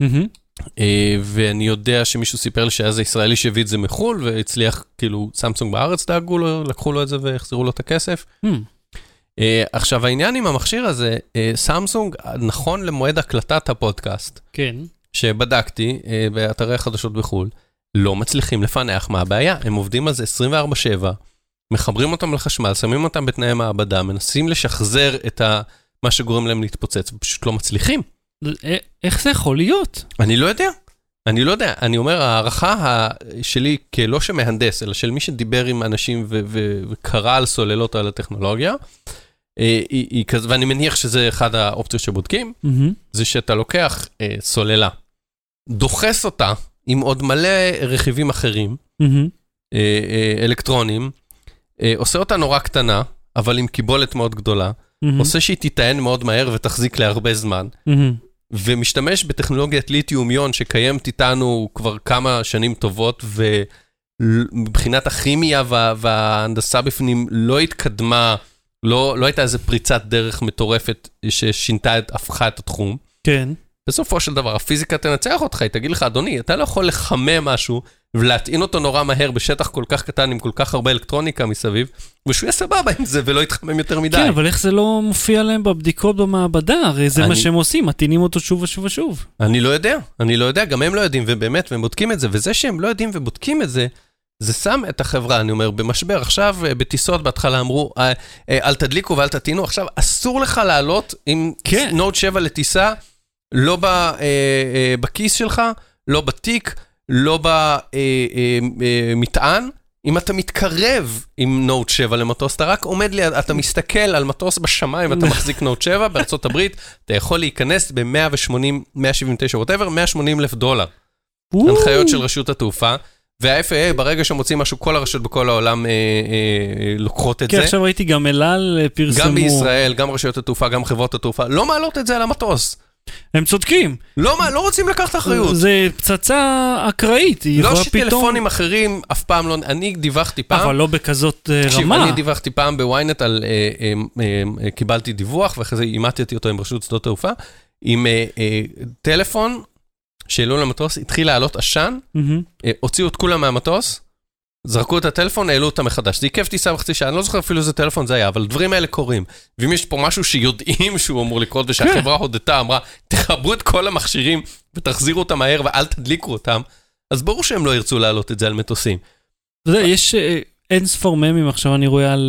ואני יודע שמישהו סיפר לי שהיה זה ישראלי שהביא את זה מחול, והצליח, כאילו, סמסונג בארץ דאגו לו, לקחו לו את זה והחזירו לו את הכסף. עכשיו, העניין עם המכשיר הזה, סמסונג, נכון למועד הקלטת הפודקאסט, כן. שבדקתי באתרי חדשות בחול, לא מצליחים לפענח מה הבעיה. הם עובדים על זה עשרים וארבע שבע, מחברים אותם לחשמל, שמים אותם בתנאי מעבדה, מנסים לשחזר את מה שגורם להם להתפוצץ, ופשוט לא מצליחים. איך זה יכול להיות? אני לא יודע. אני לא יודע. אני אומר, הערכה שלי כלא שמהנדס, אלא של מי שדיבר עם אנשים וקרא על סוללות על הטכנולוגיה, היא כזה, ואני מניח שזה אחד האופציות שבודקים, זה שאתה לוקח סוללה, דוחס אותה עם עוד מלא רכיבים אחרים, אלקטרונים, עושה אותה נורא קטנה, אבל עם קיבולת מאוד גדולה, עושה שהיא תיטען מאוד מהר ותחזיק להרבה זמן, ומשתמש בטכנולוגיית ליתיום-יון שקיימת איתנו כבר כמה שנים טובות, ומבחינת הכימיה וההנדסה בפנים לא התקדמה, לא, לא הייתה איזו פריצת דרך מטורפת ששינתה את, הפכה את התחום. כן. בסופו של דבר, הפיזיקה תנצח אותך, היא תגיד לך, אדוני, אתה לא יכול לחמם משהו, ולהטעין אותו נורא מהר בשטח כל כך קטן, עם כל כך הרבה אלקטרוניקה מסביב, ושהוא יהיה סבבה עם זה, ולא יתחמם יותר מדי. כן, אבל איך זה לא מופיע להם בבדיקות במעבדה? הרי זה אני... מה שהם עושים, מטעינים אותו שוב ושוב ושוב. אני לא יודע, אני לא יודע, גם הם לא יודעים, ובאמת, והם בודקים את זה, וזה שהם לא יודעים ובודקים את זה, זה שם את החברה, אני אומר, במשבר. עכשיו, בטיסות, בהתחלה אמרו, אל תדליקו ואל תטעינו, עכשיו, אסור לך לעלות עם כן. נוט שבע לטיסה, לא בכיס שלך, לא בתיק, לא במטען. אם אתה מתקרב עם נוט שבע למטוס, אתה רק עומד ליד, אתה מסתכל על מטוס בשמיים, ואתה מחזיק נוט שבע, בארצות הברית, אתה יכול להיכנס ב-מאה ושמונים, מאה שבעים ותשע, whatever, מאה ושמונים אלף דולר. הנחיות של רשות התעופה, וה-אף איי איי, ברגע שמוצאים משהו, כל הרשות בכל העולם אה, אה, לוקחות את כן, זה. עכשיו ראיתי גם אלעל פרסמו. גם בישראל, גם רשויות התעופה, גם חברות התעופה, לא מעלות את זה על המטוס. הם צודקים. לא, לא רוצים לקחת אחריות. זה פצצה אקראית. לא שטלפונים אחרים, אף פעם לא, אני דיווחתי פעם. אבל לא בכזאת רמה. תקשיב, אני דיווחתי פעם בוויינט על, אה, אה, אה, קיבלתי דיווח, ואחרי זה אימתתי אותו עם רשות שדות התעופה, עם אה, אה, טלפון, שהעלו למטוס, התחיל לעלות עשן, הוציאו את כולם מהמטוס, זרקו את הטלפון, העלו אותה מחדש. זה עיכב טיסה בחצי שעה, אני לא זוכר אפילו איזה טלפון זה היה, אבל דברים האלה קורים. ואם יש פה משהו שיודעים שהוא אמור לקרות, ושהחברה הודתה, אמרה, תחברו את כל המכשירים, ותחזירו אותם מהר, ואל תדליקו אותם, אז ברור שהם לא ירצו להעלות את זה על מטוסים. יש אין ספור ממים, עכשיו אני רואה על...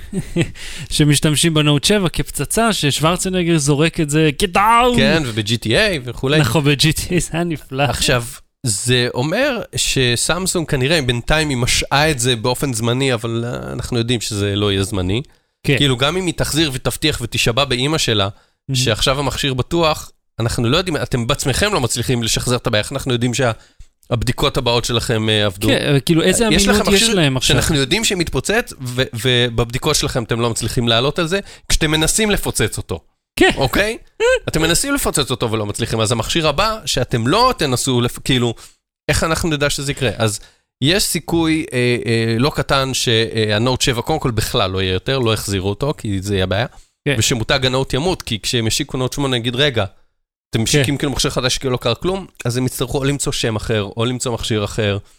שמשתמשים בנוט שבע כפצצה, ששוורצנגר זורק את זה, כדאו! כן, וב-ג'י טי איי וכו'. נכון, ב-ג'י טי איי זה היה נפלא. עכשיו, זה אומר שסמסונג כנראה בינתיים היא משעה את זה באופן זמני, אבל אנחנו יודעים שזה לא יהיה זמני. כאילו גם אם היא תחזיר ותבטיח ותשבע באמא שלה, שעכשיו המכשיר בטוח, אנחנו לא יודעים, אתם בעצמכם לא מצליחים לשחזר את הבעיה, אנחנו יודעים שהבדיקות הבאות שלכם עבדו. כן, כאילו איזה אמינות יש להם עכשיו? שאנחנו יודעים שהם מתפוצץ, ובבדיקות שלכם אתם לא מצליחים לעלות על זה, כשאתם מנסים לפוצץ אותו. כן. אוקיי? אתם מנסים לפוצץ אותו ולא מצליחים, אז המכשיר הבא, שאתם לא תנסו, כאילו, איך אנחנו נדע שזה יקרה? אז יש סיכוי אה, אה, לא קטן שהנוט שבע, קודם כל בכלל לא יהיה יותר, לא יחזירו אותו, כי זה יהיה בעיה, כן. ושמותג הנוט ימות, כי כשהם ישיקו נוט שמונה, נגיד, רגע, אתם משיקים כן. כאילו מכשיר חדש, כאילו לא קרה כלום, אז הם יצטרכו או למצוא שם אחר, או למצוא מכשיר אחר,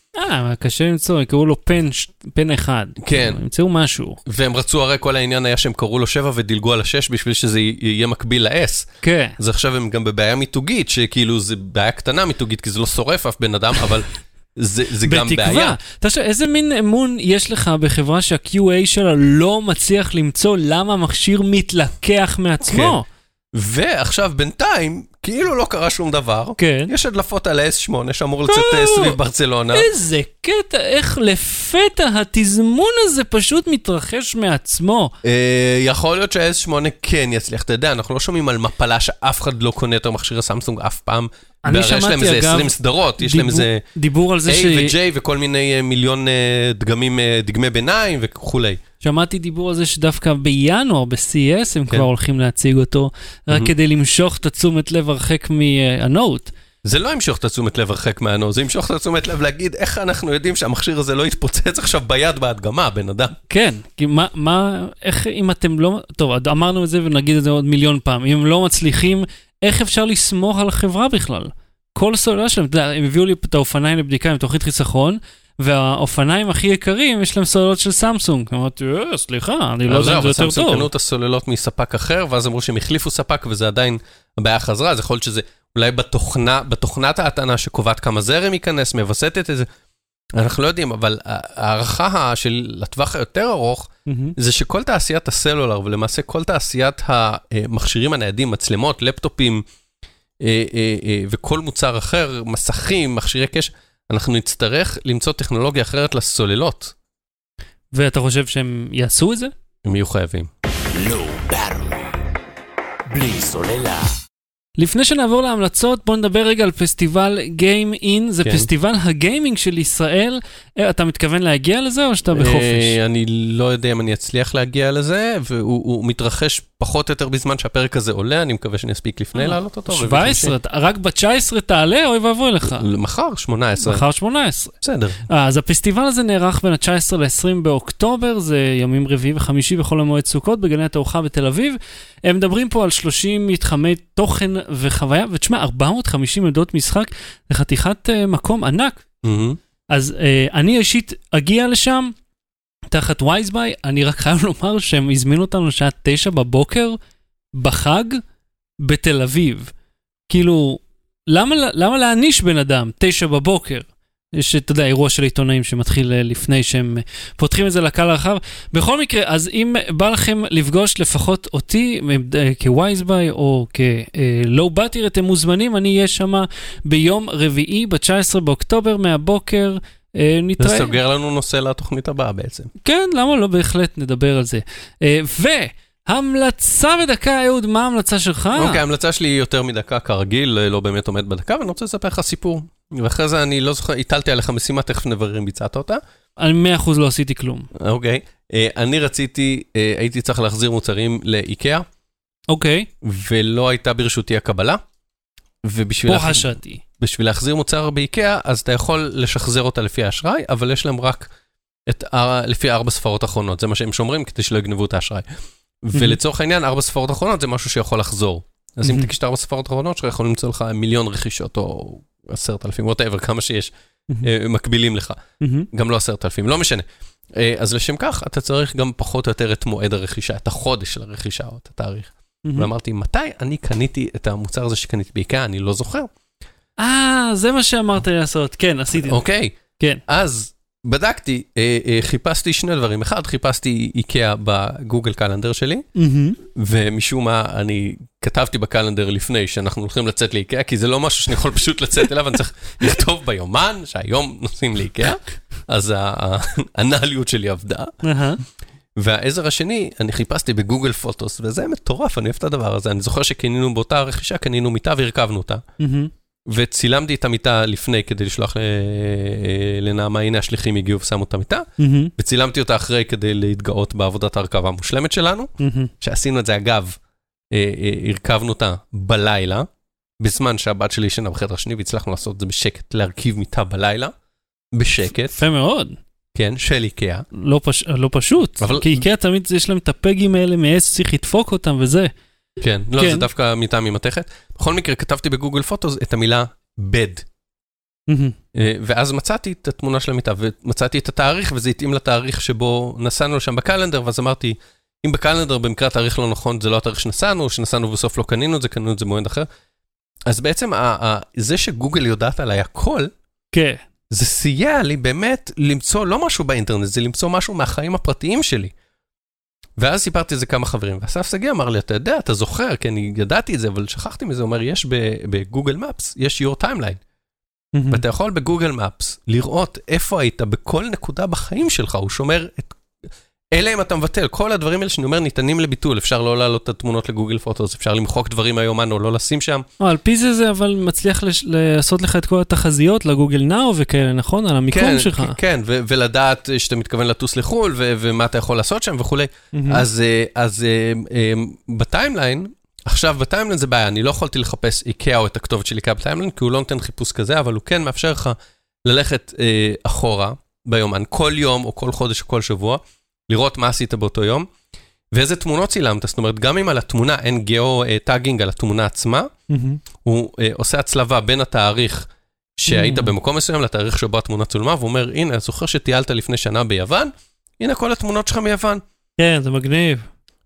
אה, קשה למצוא, קראו לו פן, פן אחד. כן. ימצאו משהו. והם רצו, הרי כל העניין היה שהם קראו לו שבע ודילגו על השש בשביל שזה יהיה מקביל ל-S. כן. אז עכשיו הם גם בבעיה מיתוגית, שכאילו זה בעיה קטנה מיתוגית, כי זה לא שורף אף בן אדם, אבל זה, זה גם בעיה. בתקווה. אתה חושב, איזה מין אמון יש לך בחברה שה-קיו איי שלה לא מצליח למצוא למה המכשיר מתלקח מעצמו? כן. ועכשיו בינתיים, כאילו לא קרה שום דבר. כן. יש הדלפות על ה-אס שמונה שאמור לצאת סביב ברצלונה. איזה קטע, איך לפתע התזמון הזה פשוט מתרחש מעצמו. יכול להיות שה-אס שמונה כן יצליח, אתה יודע, אנחנו לא שומעים על מפלה שאף אחד לא קונה יותר מכשיר הסמסונג אף פעם. אני שמעתי, יש להם איזה עשרים סדרות, יש להם איזה דיבור על זה ש... A ו-J וכל מיני מיליון דגמים, דגמי ביניים וכולי. שמעתי דיבור על זה שדווקא בינואר, ב-סי אס, הם כבר הולכים להציג אותו, רק כדי למשוך את התשומת לב הרחק מהנוט. זה לא ימשוך את התשומת לב הרחק מהנוט, זה ימשוך את התשומת לב להגיד איך אנחנו יודעים שהמכשיר הזה לא יתפוצץ עכשיו ביד בהדגמה, בן אדם. כן, כי מה, מה, איך אם אתם לא... טוב, אמרנו את זה ונגיד את זה עוד מיליון פעם. אם הם לא מצליחים, איך אפשר לסמוך על החברה בכלל? כל סוללה שלהם, הם הביאו לי את האופניים לבדיקה עם תוכנית חיסכון, והאופניים הכי יקרים, יש להם סוללות של סמסונג. אמרתי, אה, סליחה, אני לא יודע אם זה יותר טוב. סמסונג קנו את הסוללות מספק אחר, ואז אמרו שהם החליפו ספק, וזה עדיין הבעיה חזרה. אז יכול להיות שזה אולי בתוכנה, בתוכנת ההטענה שקובעת כמה זרם ייכנס, מבסטת איזה... אנחנו לא יודעים, אבל הערכה של לטווח היותר ארוך, זה שכל תעשיית הסלולר, ולמעשה כל תעשיית המכשירים הניידים, מצלמות, לפטופים, וכל מוצר אחר, מסכים, מכשירי קשר, אנחנו נצטרך למצוא טכנולוגיה אחרת לסוללות. ואתה חושב שהם יעשו את זה? הם יהיו חייבים. לא ברור. בלי סוללה. לפני שנעבור להמלצות, בוא נדבר רגע על פסטיבל Game In, זה פסטיבל הגיימינג של ישראל. אתה מתכוון להגיע לזה או שאתה בחופש? אני לא יודע אם אני אצליח להגיע לזה, והוא מתרחש פחות או יותר בזמן שהפרק הזה עולה, אני מקווה שאני אספיק לפני לעלות אותו. שבע עשרה, רק ב-תשע עשרה תעלה, אוי ואבוי לך. מחר, שמונה עשרה. מחר שמונה עשרה. בסדר. אז הפסטיבל הזה נערך בין ה-תשע עשרה ל-עשרים באוקטובר, זה ימים רביעי וחמישי בכל המועד סוכות, בגני התערוכה בתל אביב. הם מדברים פה על שלושים מתחמי תוכן וחוויה, ותשמע, ארבע מאות וחמישים עמדות משחק, זה חתיכת uh, מקום ענק. Mm-hmm. אז uh, אני אישית אגיע לשם, תחת וייזביי, אני רק חייב לומר שהם הזמינו אותנו שעה תשע בבוקר, בחג, בתל אביב. כאילו, למה, למה להעניש בן אדם? תשע בבוקר. יש, אתה יודע, אירוע של עיתונאים שמתחיל לפני שהם פותחים את זה לקהל הרחב. בכל מקרה, אז אם בא לכם לפגוש לפחות אותי כווייזביי או כלואו באטיר, אתם מוזמנים, אני אהיה שם ביום רביעי, ב-תשע עשרה באוקטובר מהבוקר, נתראה. זה סוגר לנו נושא לתוכנית הבאה בעצם. כן, למה לא? בהחלט נדבר על זה. ו... המלצה בדקה, אהוד, מה ההמלצה שלך? אוקיי, ההמלצה שלי היא יותר מדקה כרגיל, לא באמת עומד בדקה, ואני רוצה לספר לך סיפור. ואחרי זה אני לא זוכר, הטלתי עליך משימה, תכף נברר אם ביצעת אותה. על מאה אחוז לא עשיתי כלום. אוקיי, אני רציתי, הייתי צריך להחזיר מוצרים לאיקאה. אוקיי. ולא הייתה ברשותי הקבלה. פה חשתי. בשביל להחזיר מוצר באיקאה, אז אתה יכול לשחזר אותה לפי האשראי, אבל יש להם רק לפי ארבע ספרות אחרונות. זה מה שהם שומרים כדי שלא יגנבו את האשראי. ולצורך העניין, ארבע ספרות אחרונות זה משהו שיכול לחזור. אז אם תקיש את ארבע ספרות אחרונות, שיכול למצוא לך מיליון רכישות, או עשרת אלפים, whatever, כמה שיש, מקבילים לך. גם לא עשרת אלפים, לא משנה. אז לשם כך, אתה צריך גם פחות או יותר את מועד הרכישה, את החודש של הרכישה, או את התאריך. ואמרתי, מתי אני קניתי את המוצר הזה שקניתי באיקאה? אני לא זוכר. אה, זה מה שאמרת לעשות. כן, עשיתי. אוקיי. כן. אז בדקתי, חיפשתי שני דברים. אחד, חיפשתי איקאה בגוגל קלנדר שלי, ומשום מה אני כתבתי בקלנדר לפני שאנחנו הולכים לצאת לאיקאה, כי זה לא משהו שאני יכול פשוט לצאת אליו, אני צריך לכתוב ביומן שהיום נוסעים לאיקאה, אז האנליות שלי עבדה. והעזר השני, אני חיפשתי בגוגל פוטוס, וזה מטורף, אני אוהב את הדבר הזה. אני זוכר שקנינו באותה רכישה, קנינו מיטה והרכבנו אותה. וצילמתי את המיטה לפני כדי לשלוח לנעמה, הנה השליחים הגיעו ושמו את המיטה, וצילמתי אותה אחרי כדי להתגאות בעבודת ההרכבה המושלמת שלנו, שעשינו את זה אגב, הרכבנו אותה בלילה, בזמן שהבת שלי ישנה בחדר השני, והצלחנו לעשות את זה בשקט, להרכיב מיטה בלילה, בשקט. יפה מאוד. כן, של איקאה. לא, פש... לא פשוט, אבל... כי איקאה תמיד יש להם את הפגים האלה מעץ, צריך לדפוק אותם וזה. כן, לא, כן. זה דווקא מיטה ממתכת. בכל מקרה, כתבתי בגוגל פוטוס את המילה בד. ואז מצאתי את התמונה של המיטה, ומצאתי את התאריך, וזה התאים לתאריך שבו נסענו שם בקלנדר, ואז אמרתי, אם בקלנדר במקרה התאריך לא נכון, זה לא התאריך שנסענו, שנסענו בסוף לא קנינו את זה, קנינו את זה במועד אחר. אז בעצם זה שגוגל יודעת עליי הכל, כן. זה סייע לי באמת למצוא לא משהו באינטרנט, זה למצוא משהו מהחיים הפרטיים שלי. ואז סיפרתי את זה כמה חברים, ואסף סגי אמר לי, אתה יודע, אתה זוכר, כי אני ידעתי את זה, אבל שכחתי מזה, הוא אומר, יש בגוגל מפס, יש your timeline. ואתה יכול בגוגל מפס לראות איפה היית בכל נקודה בחיים שלך, הוא שומר את... אלא אם אתה מבטל, כל הדברים האלה שאני אומר ניתנים לביטול, אפשר לא להעלות את התמונות לגוגל פוטוס, אפשר למחוק דברים מהיומן או לא לשים שם. על פי זה זה אבל מצליח לעשות לך את כל התחזיות לגוגל נאו וכאלה, נכון? על המיקום שלך. כן, ולדעת שאתה מתכוון לטוס לחול, ומה אתה יכול לעשות שם וכו'. אז בטיימליין, עכשיו בטיימליין זה בעיה, אני לא יכולתי לחפש איקאה או את הכתובת של איקאה בטיימליין, כי הוא לא נותן חיפוש כזה, אבל הוא כן מאפשר לך ללכת אחורה ביומן, כל יום או כל חודש או כל שבוע, לראות מה עשית באותו יום, ואיזה תמונות צילמת, זאת אומרת, גם אם על התמונה אין גיאו-טאגינג על התמונה עצמה, הוא עושה הצלבה בין התאריך שהיית במקום מסוים לתאריך שבו התמונה צולמה, והוא אומר, הנה, זוכר שטיילת לפני שנה ביוון, הנה כל התמונות שלך מיוון. כן, זה מגניב.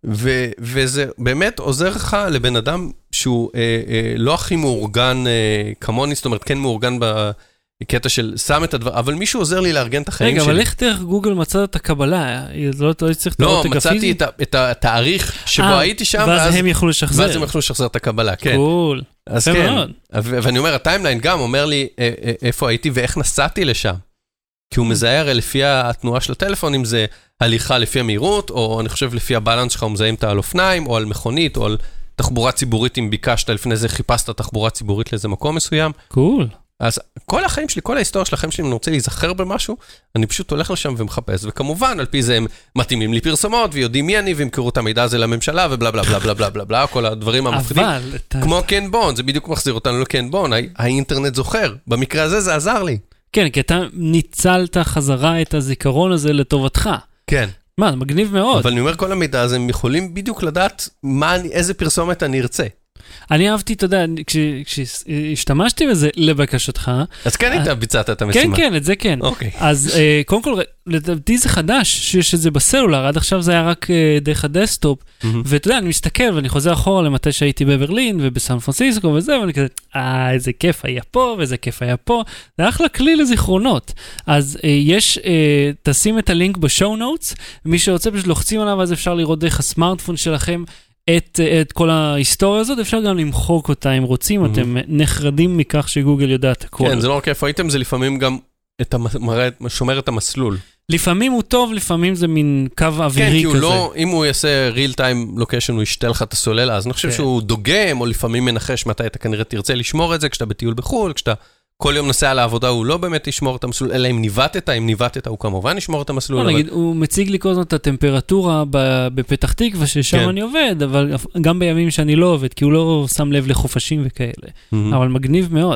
וזה באמת עוזר לך לבן אדם שהוא לא הכי מאורגן כמוני, זאת אומרת, כן מאורגן ב... קטע של שם את הדבר, אבל מישהו עוזר לי לארגן את החיים שלי. רגע, אבל איך דרך גוגל מצאת את הקבלה? לא צריך לא, מצאתי את התאריך שבו הייתי שם, ואז הם יכלו לשחזר. ואז הם יכלו לשחזר את הקבלה, כן. קול. אז כן, ואני אומר, הטיימליין גם אומר לי איפה הייתי ואיך נסעתי לשם. כי הוא מזהה הרי לפי התנועה של הטלפון, אם זה הליכה לפי המהירות, או אני חושב לפי הבלנס שלך, הוא מזהה אם אתה על אופניים, או על מכונית, או על תחבורה ציבורית, אם ביקשת לפני זה, חיפשת תחבורה ציבורית לאיזה מקום מסוים. קול. אז כל החיים שלי, כל ההיסטוריה של החיים שלי, אם אני רוצה להיזכר במשהו, אני פשוט הולך לשם ומחפש, וכמובן, על פי זה הם מתאימים לי פרסומות, ויודעים מי אני, וימכרו את המידע הזה לממשלה, ובלה בלה בלה בלה בלה בלה בלה, כל הדברים המפחידים. כמו קן בון, זה בדיוק מחזיר אותנו לקן בון, האינטרנט זוכר, במקרה הזה זה עזר לי. כן, כי אתה ניצלת חזרה את הזיכרון הזה לטובתך. כן. מה, זה מגניב מאוד. אבל אני אומר, כל המידע הזה, הם יכולים בדיוק לדעת מה, איזה פרסומת אני ארצה. אני אהבתי, אתה יודע, כשהשתמשתי בזה לבקשתך... אז כן היית ביצעת את המשימה. כן, כן, את זה כן. אוקיי. אז קודם כל, לדעתי זה חדש, שיש את זה בסלולר, עד עכשיו זה היה רק דרך הדסטופ, ואתה יודע, אני מסתכל ואני חוזר אחורה למתי שהייתי בברלין ובסן פרנסיסקו וזה, ואני כזה, אה, איזה כיף היה פה, ואיזה כיף היה פה, זה אחלה כלי לזיכרונות. אז יש, תשים את הלינק בשואו נוטס, מי שרוצה פשוט לוחצים עליו, אז אפשר לראות דרך הסמארטפון שלכם, את, את כל ההיסטוריה הזאת, אפשר גם למחוק אותה אם רוצים, mm-hmm. אתם נחרדים מכך שגוגל יודעת הכל. כן, זה לא רק איפה הייתם, זה לפעמים גם את המראה, שומר את המסלול. לפעמים הוא טוב, לפעמים זה מין קו אווירי כזה. כן, כי הוא לא, אם הוא יעשה real time location, הוא ישתה לך את הסוללה, אז אני חושב כן. שהוא דוגם, או לפעמים מנחש מתי אתה כנראה תרצה לשמור את זה, כשאתה בטיול בחול, כשאתה כל יום נוסע לעבודה, הוא לא באמת ישמור את המסלול, אלא אם ניווטת, אם ניווטת, הוא כמובן ישמור את המסלול. לא, נגיד, הוא מציג לי כל הזמן את הטמפרטורה בפתח תקווה, ששם אני עובד, אבל גם בימים שאני לא עובד, כי הוא לא שם לב לחופשים וכאלה. אבל מגניב מאוד.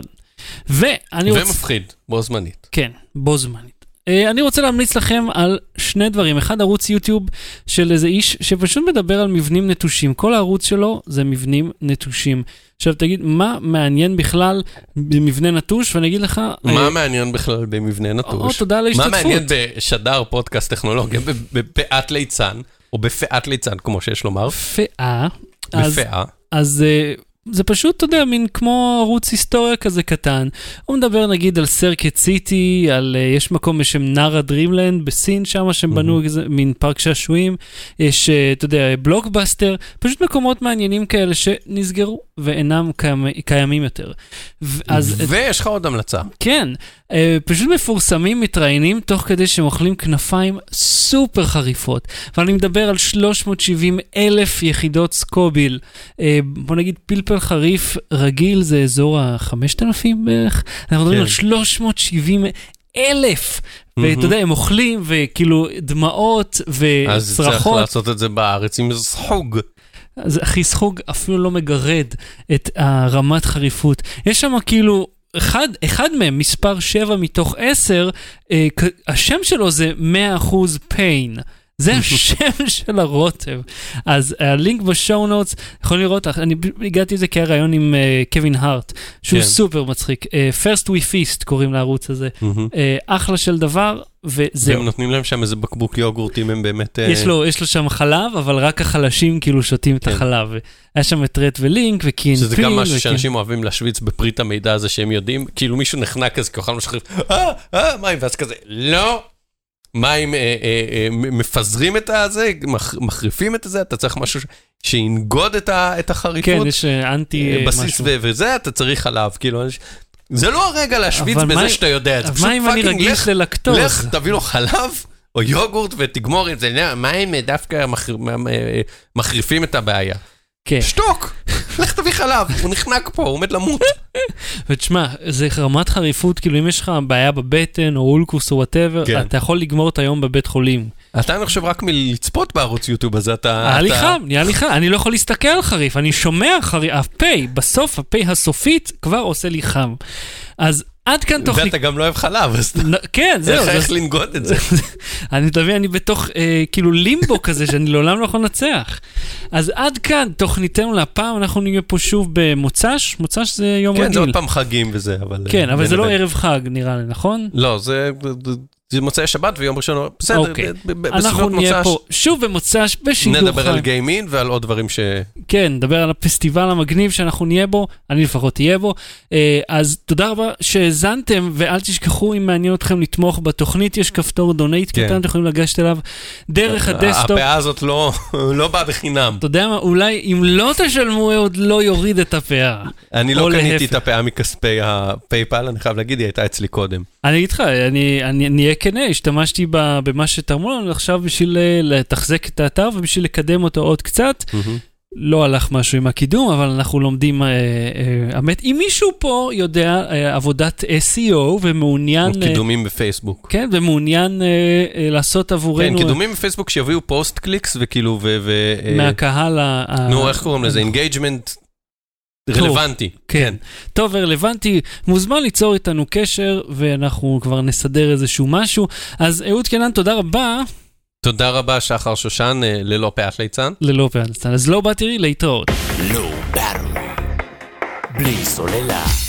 ומפחיד, בו זמנית. כן, בו זמנית. אני רוצה להמליץ לכם על שני דברים. אחד, ערוץ יוטיוב של איזה איש שפשוט מדבר על מבנים נטושים. כל הערוץ שלו זה מבנים נטושים. עכשיו תגיד, מה מעניין בכלל במבנה נטוש? ואני אגיד לך... מה מעניין בכלל במבנה נטוש? או, תודה על ההשתתפות. מה מעניין בשדר פודקאסט טכנולוגיה, בפאת ליצן, או בפאת ליצן, כמו שיש לומר? פאה. בפאה. אז... זה פשוט, אתה יודע, מין כמו ערוץ היסטוריה כזה קטן. הוא מדבר נגיד על סרקט סיטי, על, uh, יש מקום בשם נארה דרימלנד בסין שם, שהם בנו איזה מין פארק שעשועים. יש, uh, אתה יודע, בלוקבאסטר, פשוט מקומות מעניינים כאלה שנסגרו ואינם קיימ, קיימים יותר. ואז, ויש לך עוד המלצה. כן, uh, פשוט מפורסמים, מתראיינים, תוך כדי שהם אוכלים כנפיים סופר חריפות. ואני מדבר על שלוש מאות שבעים אלף יחידות סקוביל. Uh, בוא נגיד פלפל חריף רגיל זה אזור ה-חמשת אלפים בערך, אנחנו מדברים על שלוש מאות שבעים אלף, ואתה יודע, הם אוכלים, וכאילו דמעות וצרחות. אז צריך לעשות את זה בארץ עם סחוג. אז הכי סחוג אפילו לא מגרד את הרמת חריפות. יש שם כאילו, אחד, אחד מהם, מספר שבע מתוך עשר, השם שלו זה מאה אחוז pain. זה השם של הרוטב. אז הלינק בשואו נוטס, יכולים לראות, אני הגעתי לזה כהרעיון עם קווין הארט, שהוא סופר מצחיק. First We Feast קוראים לערוץ הזה. אחלה של דבר, וזהו. והם נותנים להם שם איזה בקבוק יוגורטים, הם באמת... יש לו, יש לו שם חלב, אבל רק החלשים כאילו שותים את החלב. היה שם את רט ולינק וקיין פין. שזה גם משהו שאנשים אוהבים להשוויץ בפריט המידע הזה שהם יודעים, כאילו מישהו נחנק כזה, כאוכל משחריף, אה, אה, מים, ואז כזה, לא, מים מפזרים את הזה, מחריפים את זה, אתה צריך משהו שינגוד את החריפות. כן, יש אנטי בסיס וזה, אתה צריך חלב, כאילו, זה לא הרגע להשוויץ בזה שאתה יודע, זה פשוט פאקינג, לך תביא לו חלב או יוגורט ותגמור את זה, מים דווקא מחריפים את הבעיה. שתוק, לך תביא חלב, הוא נחנק פה, הוא עומד למות. ותשמע, זה רמת חריפות, כאילו אם יש לך בעיה בבטן או אולקוס או whatever, אתה יכול לגמור את היום בבית חולים. אתה אני חושב רק מלצפות בערוץ יוטיוב הזה, אתה... היה לי חם, היה לי חם, אני לא יכול להסתכל על חריף, אני שומע חריף, הפה, בסוף הפה הסופית כבר עושה לי חם. אז עד כאן תוכנית... ואתה גם לא אוהב חלב, אז אתה... כן, זהו. איך לנגוד את זה? אני תבין, אני בתוך כאילו לימבו כזה, שאני לעולם לא יכול לנצח. אז עד כאן תוכניתנו להפעם, אנחנו נהיה פה שוב במוצ"ש, מוצ"ש זה יום רגיל. כן, זה עוד פעם חגים וזה, אבל... כן, אבל זה לא ערב חג, נראה לי, נכון? לא, זה... זה מוצאי שבת ויום ראשון, בסדר, אוקיי. אנחנו נהיה פה שוב במוצ"ש בשידור חי. נדבר על גיימין ועל עוד דברים ש... כן, נדבר על הפסטיבל המגניב שאנחנו נהיה בו, אני לפחות אהיה בו. אז תודה רבה שהזנתם, ואל תשכחו אם מעניין אתכם לתמוך בתוכנית, יש כפתור דונייט קטן, אתם יכולים לגשת אליו דרך הדסטופ. הפאה הזאת לא באה בחינם. אתה יודע מה, אולי אם לא תשלמו, עוד לא יוריד את הפאה. אני לא קניתי את הפאה מכספי הפייפל, אני חייב להגיד, היא הייתה אצלי קודם. אני איתך, אני אהיה כנה, השתמשתי במה שתרמו לנו עכשיו בשביל לתחזק את האתר ובשביל לקדם אותו עוד קצת. לא הלך משהו עם הקידום, אבל אנחנו לומדים, האמת, אם מישהו פה יודע עבודת אס אי או ומעוניין... קידומים בפייסבוק. כן, ומעוניין לעשות עבורנו... כן, קידומים בפייסבוק שיביאו פוסט קליקס וכאילו... מהקהל ה... נו, איך קוראים לזה? אינגייג'מנט... רלוונטי. כן. טוב, רלוונטי. מוזמן ליצור איתנו קשר, ואנחנו כבר נסדר איזשהו משהו. אז אהוד קנן, תודה רבה. תודה רבה, שחר שושן, ללא פאת ליצן. ללא פאת ליצן. אז לא באתי להתראות. לא בארו. בלי סוללה.